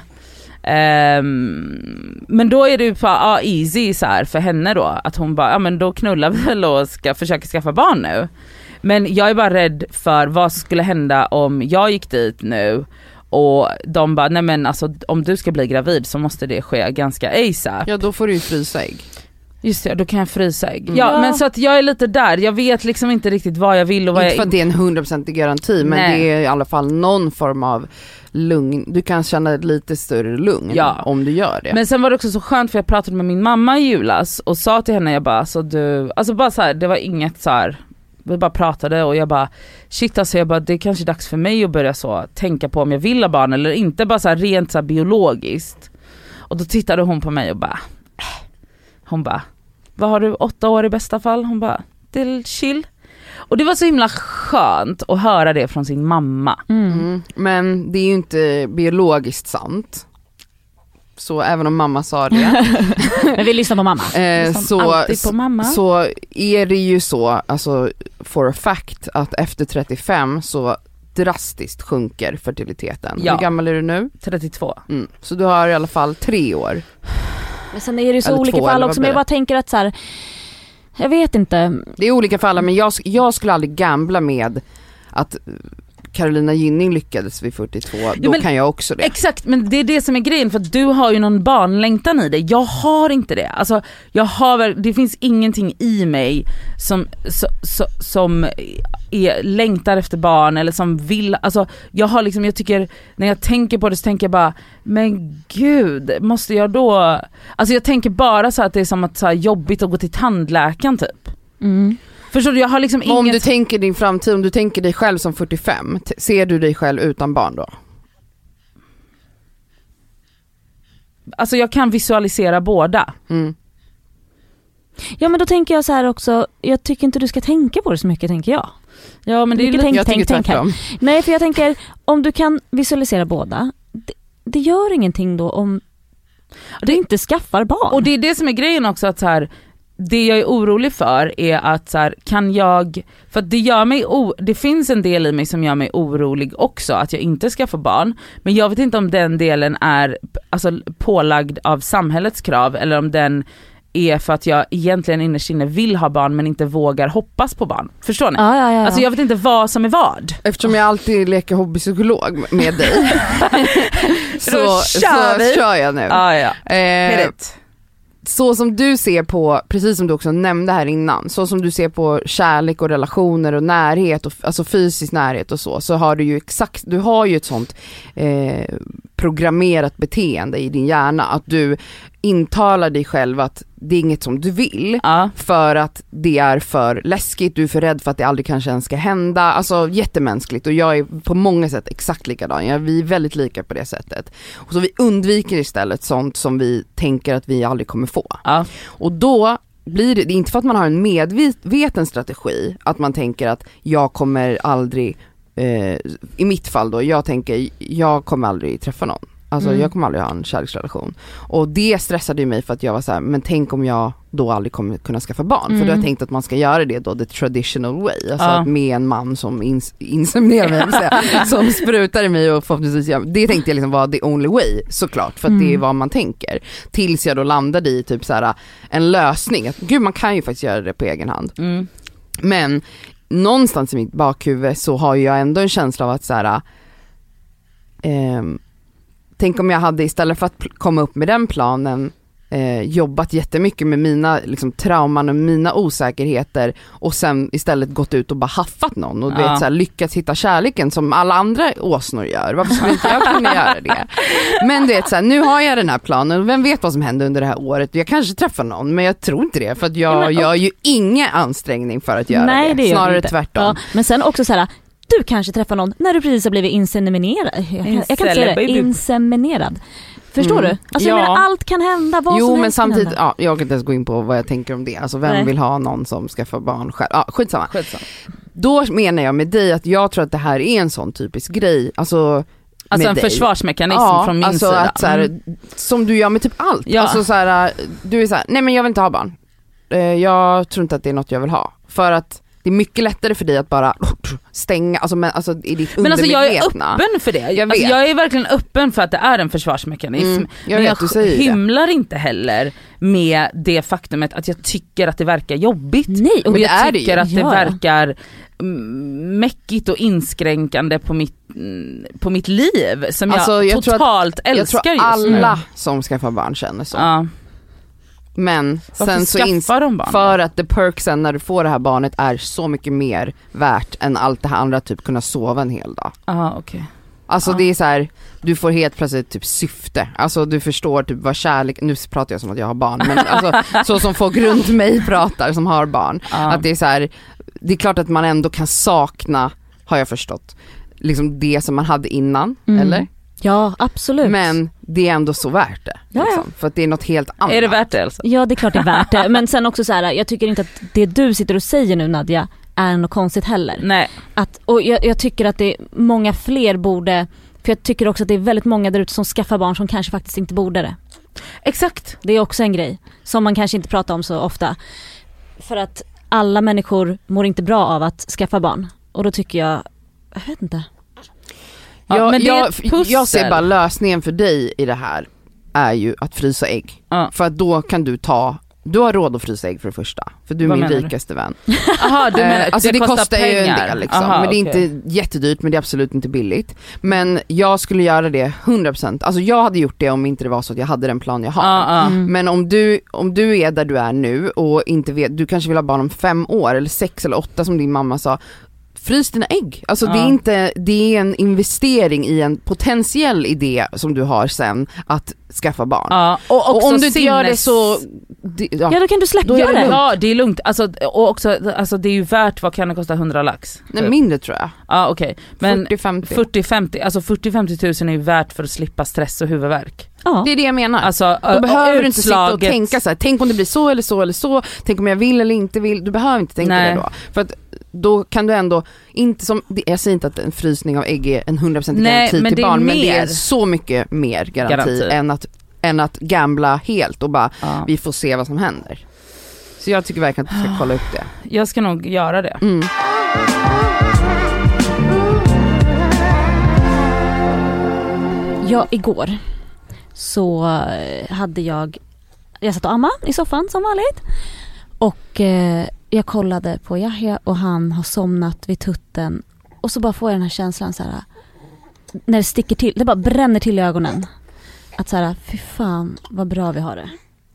Um, men då är det ju bara ah, easy så här för henne då. Att hon bara, ja men då knullar vi väl och ska försöka skaffa barn nu. Men jag är bara rädd för vad skulle hända om jag gick dit nu och de bara, nej men alltså om du ska bli gravid så måste det ske ganska ASAP. Ja, då får du ju frysa ägg. Just det, då kan jag frysa ägg. Mm. Ja, Ja. men så att jag är lite där. Jag vet liksom inte riktigt vad jag vill och vad Inte jag för att det är en hundraprocentig garanti, men Nej. det är i alla fall någon form av lugn. Du kan känna ett lite större lugn Ja. om du gör det. Men sen var det också så skönt för jag pratade med min mamma i julas och sa till henne, jag bara, så du, alltså bara så här, det var inget så här, vi bara pratade och jag bara, shit alltså jag bara, det är kanske dags för mig att börja så tänka på om jag vill ha barn eller inte, bara så här rent så här biologiskt. Och då tittade hon på mig och bara, äh. hon bara, vad har du, åtta år i bästa fall? Hon bara, det är chill. Och det var så himla skönt att höra det från sin mamma. Mm. Mm. Men det är ju inte biologiskt sant. Så även om mamma sa det Men vi lyssnar på mamma. eh, Som så, alltid på mamma. så är det ju så, alltså for a fact, att efter trettiofem så drastiskt sjunker fertiliteten. Ja. Hur gammal är du nu? trettiotvå. Mm. Så du har i alla fall tre år. Men sen är det ju så Eller olika två, fall eller vad också, men blir jag det? bara tänker att så här, jag vet inte. Det är olika fall, men jag, jag skulle aldrig gambla med att Carolina Gynning lyckades vid fyrtiotvå, då men- kan jag också det. Exakt, men det är det som är grejen, för att du har ju någon barnlängtan i dig. Jag har inte det. Alltså, jag har väl, det finns ingenting i mig som, så, så, som är, längtar efter barn eller som vill, alltså jag har liksom, jag tycker, när jag tänker på det så tänker jag bara, men gud, måste jag då, alltså jag tänker bara så att det är som att så här, jobbigt att gå till tandläkaren typ. Mm. Förstår du, jag har liksom Men om inget. du tänker din framtid, om du tänker dig själv som fyrtiofem, t- ser du dig själv utan barn då? Alltså jag kan visualisera båda. Mm. Ja, men då tänker jag så här också, jag tycker inte du ska tänka på det så mycket, tänker jag. Ja, men det är Mycket lite, tänk, Jag tänk, tycker tänk här. tvärtom. Nej, för jag tänker, om du kan visualisera båda, det, det gör ingenting då om du inte skaffar barn. och det är det som är grejen också, att så här, det jag är orolig för är att så här, kan jag, för att det gör mig o, det finns en del i mig som gör mig orolig också, att jag inte ska få barn, men jag vet inte om den delen är alltså pålagd av samhällets krav eller om den är för att jag egentligen innerst inne vill ha barn men inte vågar hoppas på barn. Förstår ni? ja, ja, ja. Alltså jag vet inte vad som är vad. Eftersom jag alltid leker hobbypsykolog med dig så, Då så kör vi. kör jag nu. Ah, ja. Eh, Hit it. så som du ser på, precis som du också nämnde här innan, så som du ser på kärlek och relationer och närhet och alltså fysisk närhet och så, så har du ju exakt, du har ju ett sånt eh, programmerat beteende i din hjärna, att du intalar dig själv att det är inget som du vill, Ja. för att det är för läskigt, du är för rädd för att det aldrig kanske ens ska hända, alltså jättemänskligt, och jag är på många sätt exakt likadan, ja, vi är väldigt lika på det sättet, och så vi undviker istället sånt som vi tänker att vi aldrig kommer få, Ja. och då blir det, det är inte för att man har en medveten strategi, att man tänker att jag kommer aldrig, eh, i mitt fall då, jag tänker jag kommer aldrig träffa någon. Alltså Mm. jag kommer aldrig ha en kärleksrelation. Och det stressade ju mig, för att jag var så här, men tänk om jag då aldrig kommer kunna skaffa barn. Mm. För då har jag tänkt att man ska göra det då the traditional way. Alltså Ja. att med en man som ins- inseminerar mig, vill säga, som sprutar i mig och förhoppningsvis, ja, det tänkte jag liksom var the only way, såklart. För att Mm. det är vad man tänker. Tills jag då landade i typ så här en lösning. Att, gud, man kan ju faktiskt göra det på egen hand. Mm. Men någonstans i mitt bakhuvud så har jag ändå en känsla av att så här, ehm, tänk om jag hade istället för att pl- komma upp med den planen eh, jobbat jättemycket med mina liksom, trauman och mina osäkerheter, och sen istället gått ut och bara haffat någon och du Ja. vet, så här, lyckats hitta kärleken som alla andra åsnor gör. Varför skulle inte jag kunna göra det? Men du vet, så här, nu har jag den här planen och vem vet vad som händer under det här året. Jag kanske träffar någon, men jag tror inte det, för att jag Ja, men- gör ju ingen ansträngning för att göra Nej, det. det gör Snarare du inte. tvärtom. Ja, men sen också så här, du kanske träffar någon när du precis har blivit inseminerad. Jag kan, jag kan inte säga det, Inseminated. inseminerad. Förstår Mm. du? Alltså Ja. jag menar, allt kan hända, vad Jo som men helst kan samtidigt, hända. ja, jag kan inte ens gå in på vad jag tänker om det. Alltså vem Nej. vill ha någon som ska få barn själv? Ja, skitsamma. Skitsamma. Då menar jag med dig att jag tror att det här är en sån typisk grej. Alltså, Alltså med en dig. försvarsmekanism Ja, från min alltså sida. att så här, Mm. som du gör med typ allt. Ja. Alltså så här, du är så här, nej men jag vill inte ha barn. Eh, Jag tror inte att det är något jag vill ha. För att det är mycket lättare för dig att bara stänga, alltså, men, alltså i ditt Men alltså jag är undermedvetna. öppen för det. Jag Jag, alltså, vet. jag är verkligen öppen för att det är en försvarsmekanism. Mm, jag men vet, du säger jag det. hymlar inte heller med det faktumet att jag tycker att det verkar jobbigt. Nej, och Och det jag är det tycker ju. att det Ja. verkar mm, mäckigt och inskränkande på mitt, mm, på mitt liv som Alltså, jag, jag tror att- totalt Jag älskar tror just alla nu. som skaffar barn känner så. Ja. Men Varför sen så skaffar ins- de barn? för att the perksen när du får det här barnet är så mycket mer värt än allt det här andra, typ kunna sova en hel dag. Aha, okay. Alltså Ja. det är så här, du får helt plötsligt typ syfte. Alltså du förstår typ vad kärlek, nu pratar jag som att jag har barn, men alltså så som folk runt mig pratar som har barn. Ja. Att det är så här, det är klart att man ändå kan sakna, har jag förstått, liksom det som man hade innan, Mm. eller? Ja, absolut. Men det är ändå så värt det. Ja, Liksom, för att det är något helt annat. Är det värt det alltså? Ja, det är klart det är värt det. Men sen också så här, jag tycker inte att det du sitter och säger nu, Nadja, är något konstigt heller. Nej. Att, och jag, jag tycker att det är många fler borde, för jag tycker också att det är väldigt många där ute som skaffar barn som kanske faktiskt inte borde det. Exakt. Det är också en grej som man kanske inte pratar om så ofta. För att alla människor mår inte bra av att skaffa barn. Och då tycker jag, jag vet inte. Ja, jag, men det är jag, ett pussel. jag ser bara lösningen för dig i det här är ju att frysa ägg. Ja. För att då kan du ta, du har råd att frysa ägg för det första. För du är Vad min menar du? rikaste vän. Aha, du menar, Eh, alltså det, kostar, ju en pengar. del liksom. Aha, men det är okej. inte jättedyrt, men det är absolut inte billigt. Men jag skulle göra det hundra procent. Alltså jag hade gjort det om inte det var så att jag hade den plan jag har. Ja, ja. Mm. Men om du, om du är där du är nu och inte vet, du kanske vill ha barn om fem år eller sex eller åtta som din mamma sa, frys dina ägg. Alltså det är Ja. inte, det är en investering i en potentiell idé som du har sen att skaffa barn. Ja, och, också Och om du inte gör det sinnes- så, det, ja. Ja, då kan du släppa Då är det det. lugnt. Ja, det är lugnt. Alltså, och också, alltså det är ju värt, vad kan det kosta, hundra lax? Nej, Typ. mindre tror jag. Ja okej, men fyrtio femtio. fyrtio femtio, alltså fyrtio femtio tusen är ju värt för att slippa stress och huvudvärk. Ja. Det är det jag menar. Alltså, Då behöver du inte sitta och utslaget- tänka så här, tänk om det blir så eller så eller så, tänk om jag vill eller inte vill, du behöver inte tänka Nej. det då. För att då kan du ändå, inte som, jag säger inte att en frysning av ägg är en hundra procent Nej, garanti men till det är barn, men det är mer. så mycket mer garanti, Garanti. än att än att gambla helt och bara, Ja. vi får se vad som händer. Så jag tycker verkligen att du ska kolla upp det. Jag ska nog göra det. Mm. Ja, igår så eh, hade jag, jag satt och amma i soffan som vanligt. Och eh, jag kollade på Yahya och han har somnat vid tutten. Och så bara får jag den här känslan så här, när det sticker till, det bara bränner till i ögonen. Att så här, fy fan vad bra vi har det.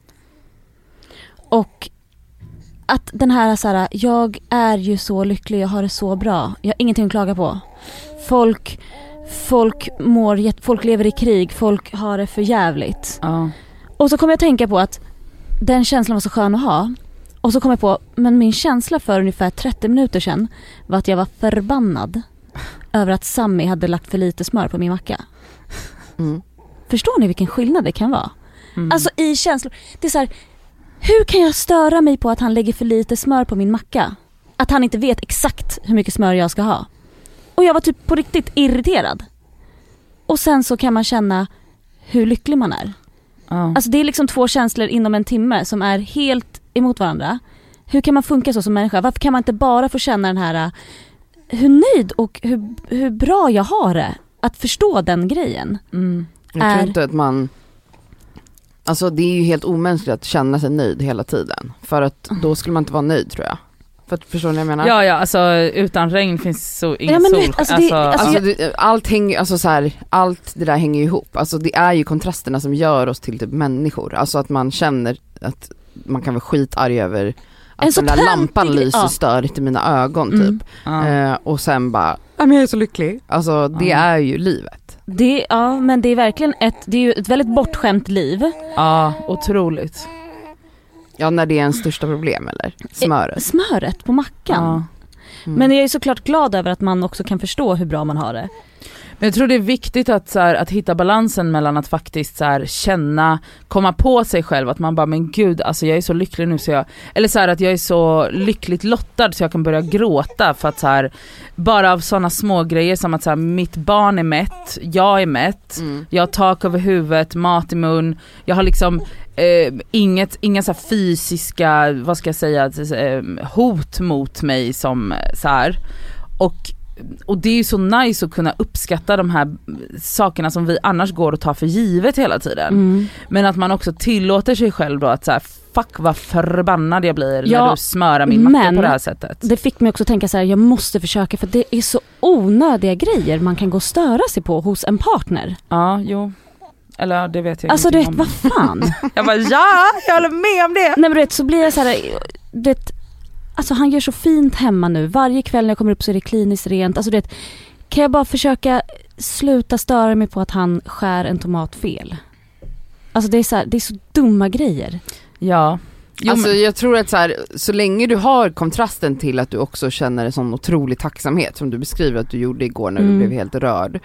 Och att den här så här, jag är ju så lycklig, jag har det så bra. Jag har ingenting att klaga på. Folk folk mår jätt- folk lever i krig, folk har det för jävligt. Ja. Och så kom jag att tänka på att den känslan var så skön att ha. Och så kom jag på, men min känsla för ungefär trettio minuter sedan var att jag var förbannad över att Sammy hade lagt för lite smör på min macka. Mm. Förstår ni vilken skillnad det kan vara? Mm. Alltså i känslor. Det är så här, hur kan jag störa mig på att han lägger för lite smör på min macka? Att han inte vet exakt hur mycket smör jag ska ha. Och jag var typ på riktigt irriterad. Och sen så kan man känna hur lycklig man är. Ja. Alltså det är liksom två känslor inom en timme som är helt emot varandra. Hur kan man funka så som människa? Varför kan man inte bara få känna den här, hur nöjd och hur, hur bra jag har det? Att förstå den grejen. Mm. Jag Är- tror inte att man, alltså det är ju helt omänskligt att känna sig nöjd hela tiden. För att då skulle man inte vara nöjd tror jag. För att, förstår ni vad jag menar? Ja ja, alltså utan regn finns så ingen Ja, men du sol. vet, alltså, det- alltså, Alltså, det, allt, hänger, alltså så här, allt det där hänger ju ihop. Alltså det är ju kontrasterna som gör oss till typ människor. Alltså att man känner att man kan vara skitarg över En att så den där töntig lampan grej, lyser ja. störigt i mina ögon typ. Mm. ja. Eh, och sen bara, ja men jag är så lycklig. Alltså det Ja. är ju livet. Det, ja, men det är verkligen ett, det är ju ett väldigt bortskämt liv. ja, otroligt. Ja, när det är ens största problem eller? Smöret. Smöret på mackan. Ja. Mm. Men jag är såklart glad över att man också kan förstå hur bra man har det. Men jag tror det är viktigt att, så här, att hitta balansen mellan att faktiskt så här, känna, komma på sig själv att man bara, men gud, alltså jag är så lycklig nu så jag, eller så här, att jag är så lyckligt lottad så jag kan börja gråta för att så här, bara av sådana små grejer som att så här, mitt barn är mätt, jag är mätt, mm. jag har tak över huvudet, mat i mun, jag har liksom eh, inget, inga så här fysiska, vad ska jag säga, eh, hot mot mig som så här, och Och det är ju så nice att kunna uppskatta de här sakerna som vi annars går och tar för givet hela tiden. Mm. Men att man också tillåter sig själv då att så här, fuck vad förbannad jag blir ja, när du smörar min macka på det här sättet. Det fick mig också tänka så här, jag måste försöka för det är så onödiga grejer man kan gå och störa sig på hos en partner. Ja, jo. Eller det vet jag alltså, inte. Alltså du vet, vad fan? jag bara, ja, jag håller med om det. Nej men du vet, så blir jag så här, det. Alltså han gör så fint hemma nu. Varje kväll när jag kommer upp så är det kliniskt rent. Alltså det, kan jag bara försöka sluta störa mig på att han skär en tomat fel? Alltså det är så här, det är så dumma grejer. Ja. Jo, alltså men... jag tror att så, här, så länge du har kontrasten till att du också känner en sån otrolig tacksamhet som du beskriver att du gjorde igår när mm. du blev helt rörd,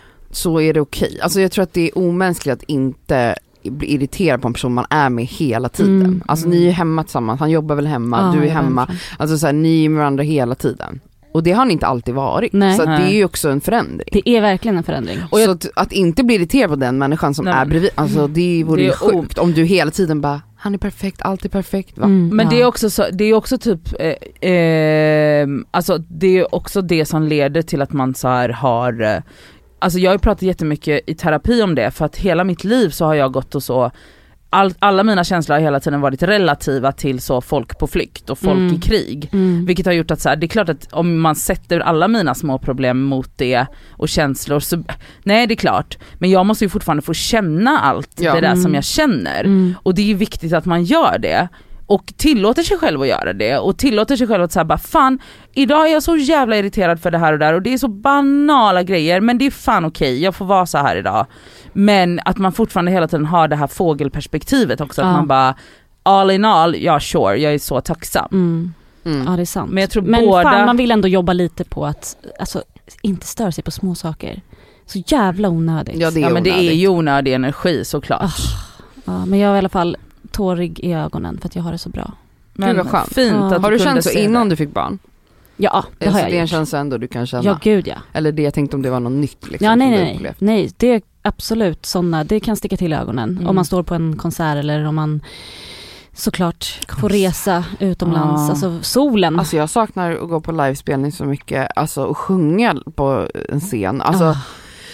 så är det okej. Alltså jag tror att det är omänskligt att inte bli irriterad på en person man är med hela tiden. Mm. Alltså ni är hemma tillsammans, han jobbar väl hemma, ah, du är hemma. Alltså så här, ni är med varandra hela tiden. Och det har ni inte alltid varit. Nej. Så att det är ju också en förändring. Det är verkligen en förändring. Och så att, att inte bli irriterad på den människan som Nej. är bredvid, alltså det vore ju sjukt om du hela tiden bara, han är perfekt, allt är perfekt va? Mm, men ja. det är också så, det är också typ eh, eh, alltså det är också det som leder till att man så här har eh, alltså jag har ju pratat jättemycket i terapi om det, för att hela mitt liv så har jag gått och så all, alla mina känslor har hela tiden varit relativa till så folk på flykt och folk mm. i krig. Mm. Vilket har gjort att så här, det är klart att om man sätter alla mina små problem mot det och känslor så, nej det är klart. Men jag måste ju fortfarande få känna allt ja. det där mm. som jag känner. Mm. Och det är viktigt att man gör det. Och tillåter sig själv att göra det. Och tillåter sig själv att säga bara, fan, idag är jag så jävla irriterad för det här och där. Och det är så banala grejer, men det är fan okej, jag får vara så här idag. Men att man fortfarande hela tiden har det här fågelperspektivet också. Ja. Att man bara, all in all, ja sure, jag är så tacksam. Mm. Mm. Ja, det är sant. Men jag tror men båda... fan, man vill ändå jobba lite på att alltså, inte störa sig på små saker. Så jävla onödigt. Ja, det är, ja, men det är ju onödig energi såklart. Oh. Ja, men jag är i alla fall tårig i ögonen för att jag har det så bra. Men vad skönt. Fint ja. att har du du känt så innan det. du fick barn? Ja, det har jag det är en gjort. känsla ändå du kan känna. Ja, gud ja. Eller det jag tänkte om det var något nytt liksom, ja, nej, nej, nej. nej, det är absolut sådana, det kan sticka till ögonen. Mm. Om man står på en konsert eller om man såklart får resa utomlands, ah. alltså solen. Alltså jag saknar att gå på livespelning så mycket, alltså och sjunga på en scen. Alltså ah.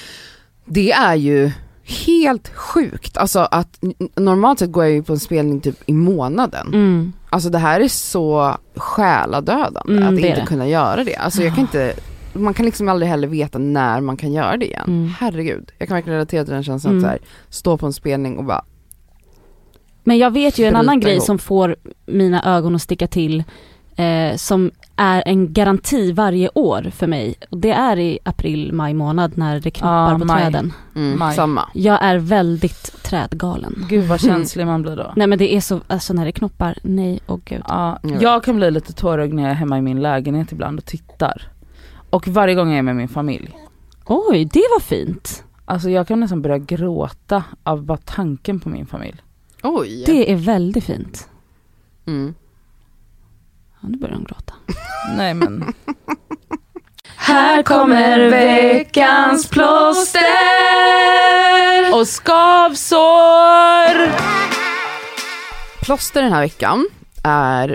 det är ju helt sjukt. Alltså att normalt sett går jag ju på en spelning typ i månaden. Mm. Alltså det här är så själadödande mm, att inte det. kunna göra det. Alltså jag kan inte, man kan liksom aldrig heller veta när man kan göra det igen. Mm. Herregud. Jag kan verkligen relatera till den känslan mm. att så här, stå på en spelning och bara. Men jag vet ju en annan grej ihop. som får mina ögon att sticka till eh, som är en garanti varje år för mig. Och det är i april, maj månad när det knoppar ah, på maj. träden. Mm, maj. Samma. Jag är väldigt trädgalen. Gud vad känslig man blir då. Nej men det är så, alltså när det knoppar, nej och gud. Ja, jag kan bli lite tårögd när jag är hemma i min lägenhet ibland och tittar. Och varje gång jag är med min familj. Oj, det var fint. Alltså jag kan nästan börja gråta av bara tanken på min familj. Oj. Det är väldigt fint. Mm. Ja, nu börjar de gråta. Nej men. Här kommer veckans plåster och skavsår. Plåster den här veckan är,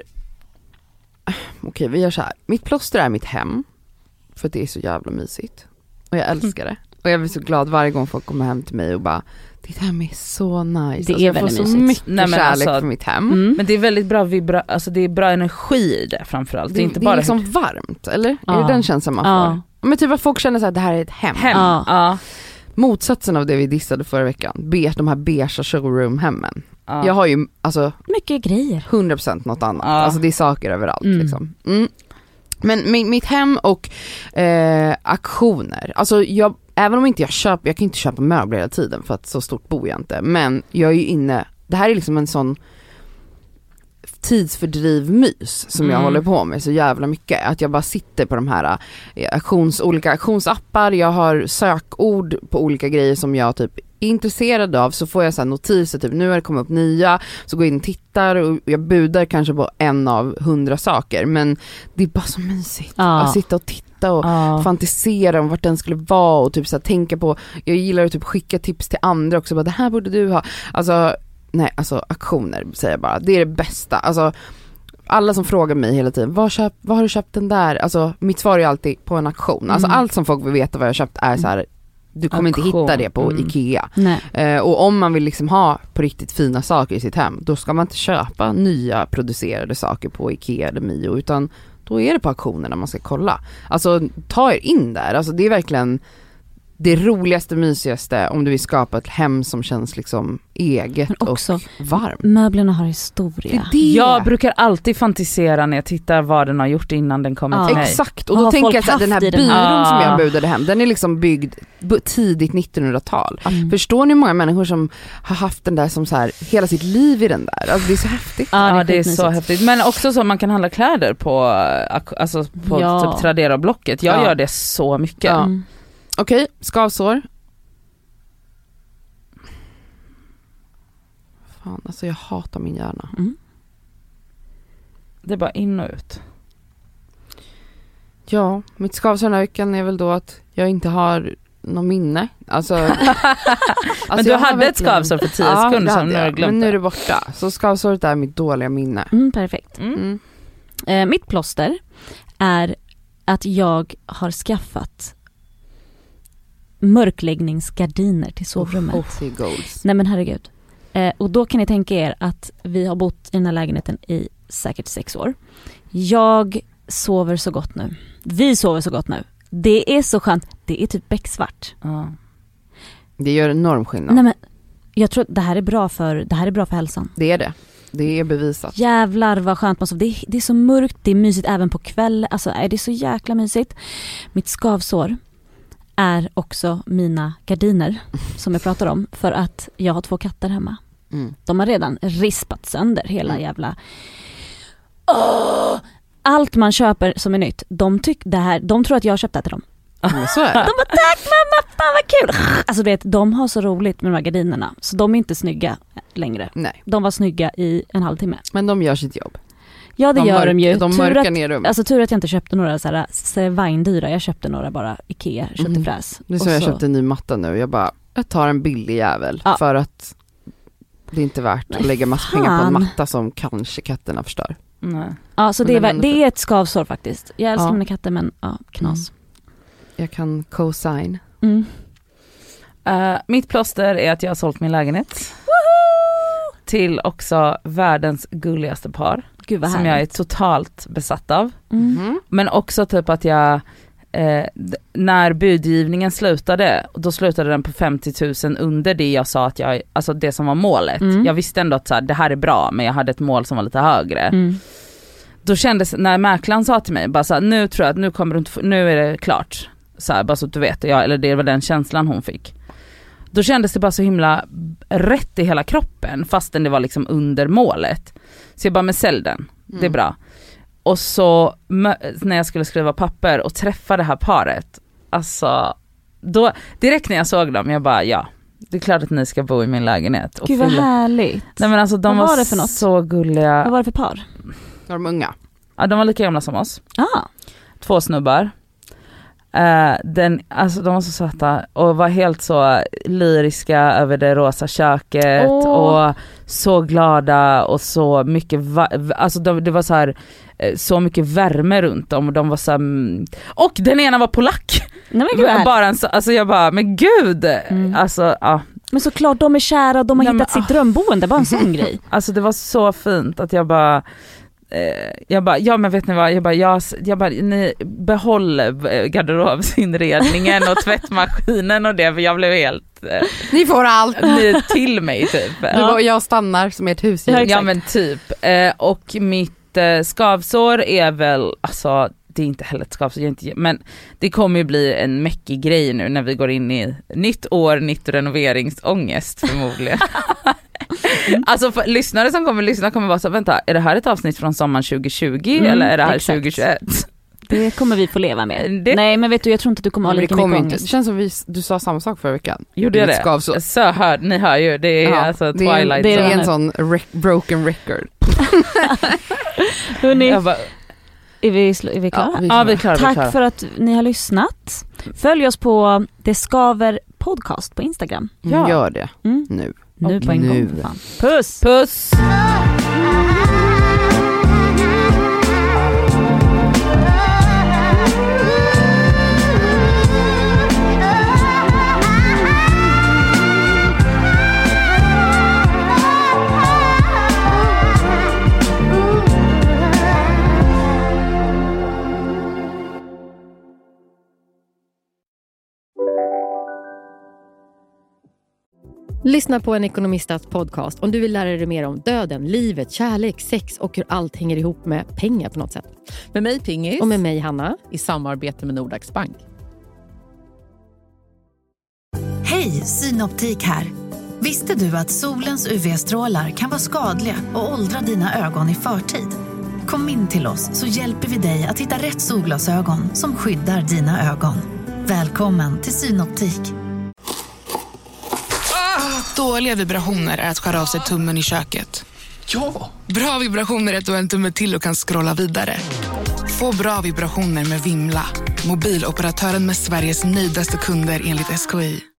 okej vi gör så här. Mitt plåster är mitt hem. För det är så jävla mysigt. Och jag älskar det. Och jag blir så glad varje gång folk kommer hem till mig och bara, ditt hem är så nice. Det alltså, är jag väldigt får så mysigt. mycket Nej, kärlek alltså, för mitt hem. Mm. Men det är väldigt bra vibra, alltså det är bra energi i det framförallt. Det, det är inte det bara är liksom hur... varmt, eller? Ja. Är det den känslan man ja. får? Men typ att folk känner så här, det här är ett hem. Hem, ja. ja. Motsatsen av det vi dissade förra veckan. Be- de här beige showroom-hemmen. Ja. Jag har ju alltså mycket grejer. hundra procent något annat. Ja. Alltså det är saker överallt mm. liksom. Mm. Men mitt hem och eh, aktioner. Alltså jag, även om inte jag köper, jag kan inte köpa möbler hela tiden för att så stort bor jag inte. Men jag är ju inne, det här är liksom en sån tidsfördrivmys som jag Mm. håller på med så jävla mycket. Att jag bara sitter på de här eh, aktions, olika aktionsappar. Jag har sökord på olika grejer som jag typ är intresserad av. Så får jag så här notiser, typ nu har det kommit upp nya. Så går jag in och tittar och jag budar kanske på en av hundra saker. Men det är bara så mysigt Ja. att sitta och titta och Ja. fantisera om vart den skulle vara och typ så här, tänka på, jag gillar att typ skicka tips till andra också, bara det här borde du ha. Alltså nej, alltså aktioner säger jag bara, det är det bästa. Alltså alla som frågar mig hela tiden, vad, köp, vad har du köpt den där? Alltså mitt svar är alltid på en auktion. Alltså Mm. allt som folk vill veta vad jag har köpt är så här, du kommer Auktion. inte hitta det på Mm. Ikea. Nej. Eh, och om man vill liksom ha på riktigt fina saker i sitt hem, då ska man inte köpa nya producerade saker på Ikea eller Mio, utan då är det på auktionerna man ska kolla. Alltså ta er in där, alltså det är verkligen det roligaste, mysigaste om du vill skapa ett hem som känns liksom eget Men också, och varmt. möblerna har Det historia. är det. Jag brukar alltid fantisera när jag tittar vad den har gjort innan den kommer Ja. till mig. Exakt, och Vad då har tänker folk jag att den här haft i den byrån här? som jag Ah. budade hem, den är liksom byggd b- tidigt nittonhundratal. Mm. Förstår ni hur många människor som har haft den där som så här hela sitt liv i den där? Alltså det är så häftigt. Ja, det är skitmysigt. så häftigt. Men också så man kan handla kläder på, alltså på Ja. typ Tradera och Blocket. Jag Ja. gör det så mycket. Ja. Mm. Okej, skavsår. Fan, alltså jag hatar min hjärna. Mm. Det är bara in och ut. Ja, mitt skavsår den här veckan är väl då att jag inte har någon minne. Alltså, alltså Men du jag har hade ett verkligen- skavsår för tio Ja, sekunder det sedan, hade nu har jag, du glömt men nu är det. det borta. Så skavsåret är mitt dåliga minne. Mm, perfekt. Mm. Mm. Eh, mitt plåster är att jag har skaffat mörkläggningsgardiner till sovrummet. Oh, det är goals. Nej men herregud. Eh, och då kan ni tänka er att vi har bott i den här lägenheten i säkert sex år. Jag sover så gott nu. Vi sover så gott nu. Det är så skönt. Det är typ becksvart. Ja. Det gör enorm skillnad. Nej men jag tror att det här är bra för, det här är bra för hälsan. Det är det. Det är bevisat. Jävlar vad skönt man sover. Det är, det är så mörkt, det är mysigt även på kväll. Alltså är det är så jäkla mysigt. Mitt skavsår är också mina gardiner som jag pratar om, för att jag har två katter hemma. Mm. De har redan rispat sönder hela Mm. jävla... Åh! Allt man köper som är nytt, de, tyck, det här, de tror att jag har köpt det till dem. Men så är det. De bara, tack mamma, fan vad kul! Alltså vet, de har så roligt med de här gardinerna, så de är inte snygga längre. Nej, De var snygga i en halvtimme. men de gör sitt jobb. Ja det De gör mörk- de ju. De Tur mörkar att, ner rummet. alltså tur att jag inte köpte några så här svindyra. Jag köpte några bara Ikea, köpte Mm. fräs. Det är så Och jag köpte en ny matta nu. Jag bara, jag tar en billig jävel. Ja. För att det är inte värt att Nej, lägga massa fan. pengar på en matta som kanske katterna förstör. Nej. Ja, så Men det är, den väl- ändå- det är ett skavsår faktiskt. Jag älskar Ja. mina katter men ja, knas. Jag kan co-sign. Mm. Eh, mitt plåster är att jag har sålt min lägenhet. Till också världens gulligaste par. Gud vad Som jag är härligt. totalt besatt av. Mm. Mhm. Men också typ att jag, eh, d- när budgivningen slutade, då slutade den på femtio tusen under det jag sa att jag, alltså det som var målet. Mm. Jag visste ändå att så här, det här är bra, men jag hade ett mål som var lite högre. Mm. Då kändes, när mäklaren sa till mig, bara så här, nu tror jag att nu kommer du inte få, nu är det klart. Så här, bara så att du vet, jag, eller det var den känslan hon fick. Då kändes det bara så himla rätt i hela kroppen, fastän det var liksom under målet. Så jag bara, men sälj den, det är Mm. bra. Och så mö- när jag skulle skriva papper och träffa det här paret, alltså då, direkt när jag såg dem, jag bara, ja, det är klart att ni ska bo i min lägenhet. Och Gud vad fylla- härligt. Nej men alltså de Vad var, var det för något? så gulliga. Vad var det för par? Var de unga? Ja, de var lika gamla som oss. Ah. Två snubbar. Uh, den, alltså de var så söta och var helt så lyriska över det rosa köket. Åh. Och så glada och så mycket va- alltså de, det var så här eh, så mycket värme runt dem och de var så här, mm, och den ena var polack. Nej, men, gud, vad härligt. Bara en så, alltså jag bara, men gud, Mm. alltså ja. men såklart de är kära och de har Nej, hittat men, sitt drömboende, bara en sån grej. Alltså det var så fint att jag bara eh, jag bara, ja men vet ni vad, jag bara, jag, jag bara ni behåller garderobsinredningen och tvättmaskinen och det, för jag blev helt eh, Ni får allt! ni till mig typ. Du bara, jag stannar som ert husdjur. Ja, Ja exakt. men typ, eh, och mitt eh, skavsår är väl, alltså det är inte heller ett skavsår, jag är inte, men det kommer ju bli en mäckig grej nu när vi går in i nytt år, nytt renoveringsångest förmodligen. Alltså för, lyssnare som kommer lyssna kommer vara så, vänta, är det här ett avsnitt från sommaren tjugo tjugo mm, eller är det här exakt. tjugo tjugoett? Det kommer vi få leva med. Det... Nej men vet du, jag tror inte att du kommer ha lika mycket ångest. Det känns som vi, du sa samma sak förra veckan. Gjorde jag det? det? Så. så hör, ni hör ju, det är ja, alltså Twilight. Det är, det är en sån rec- broken record. Hörrni, bara... är, vi sl- är vi klara? Ja, vi, ja, vi är klara. Tack vi är klara. för att ni har lyssnat. Följ oss på Det Skaver podcast på Instagram. Ja. Gör det. Mm. Nu. Nu på en nu. gång. Fan. Puss! Puss! Lyssna på en ekonomistats podcast om du vill lära dig mer om döden, livet, kärlek, sex och hur allt hänger ihop med pengar på något sätt. Med mig Pingis. Och med mig Hanna. I samarbete med Nordax Bank. Hej, Synoptik här. Visste du att solens U V-strålar kan vara skadliga och åldra dina ögon i förtid? Kom in till oss så hjälper vi dig att hitta rätt solglasögon som skyddar dina ögon. Välkommen till Synoptik. Dåliga vibrationer är att skära av sig tummen i köket. Ja! Bra vibrationer är att du har en tumme till och kan scrolla vidare. Få bra vibrationer med Vimla. Mobiloperatören med Sveriges nöjdaste kunder enligt S K I.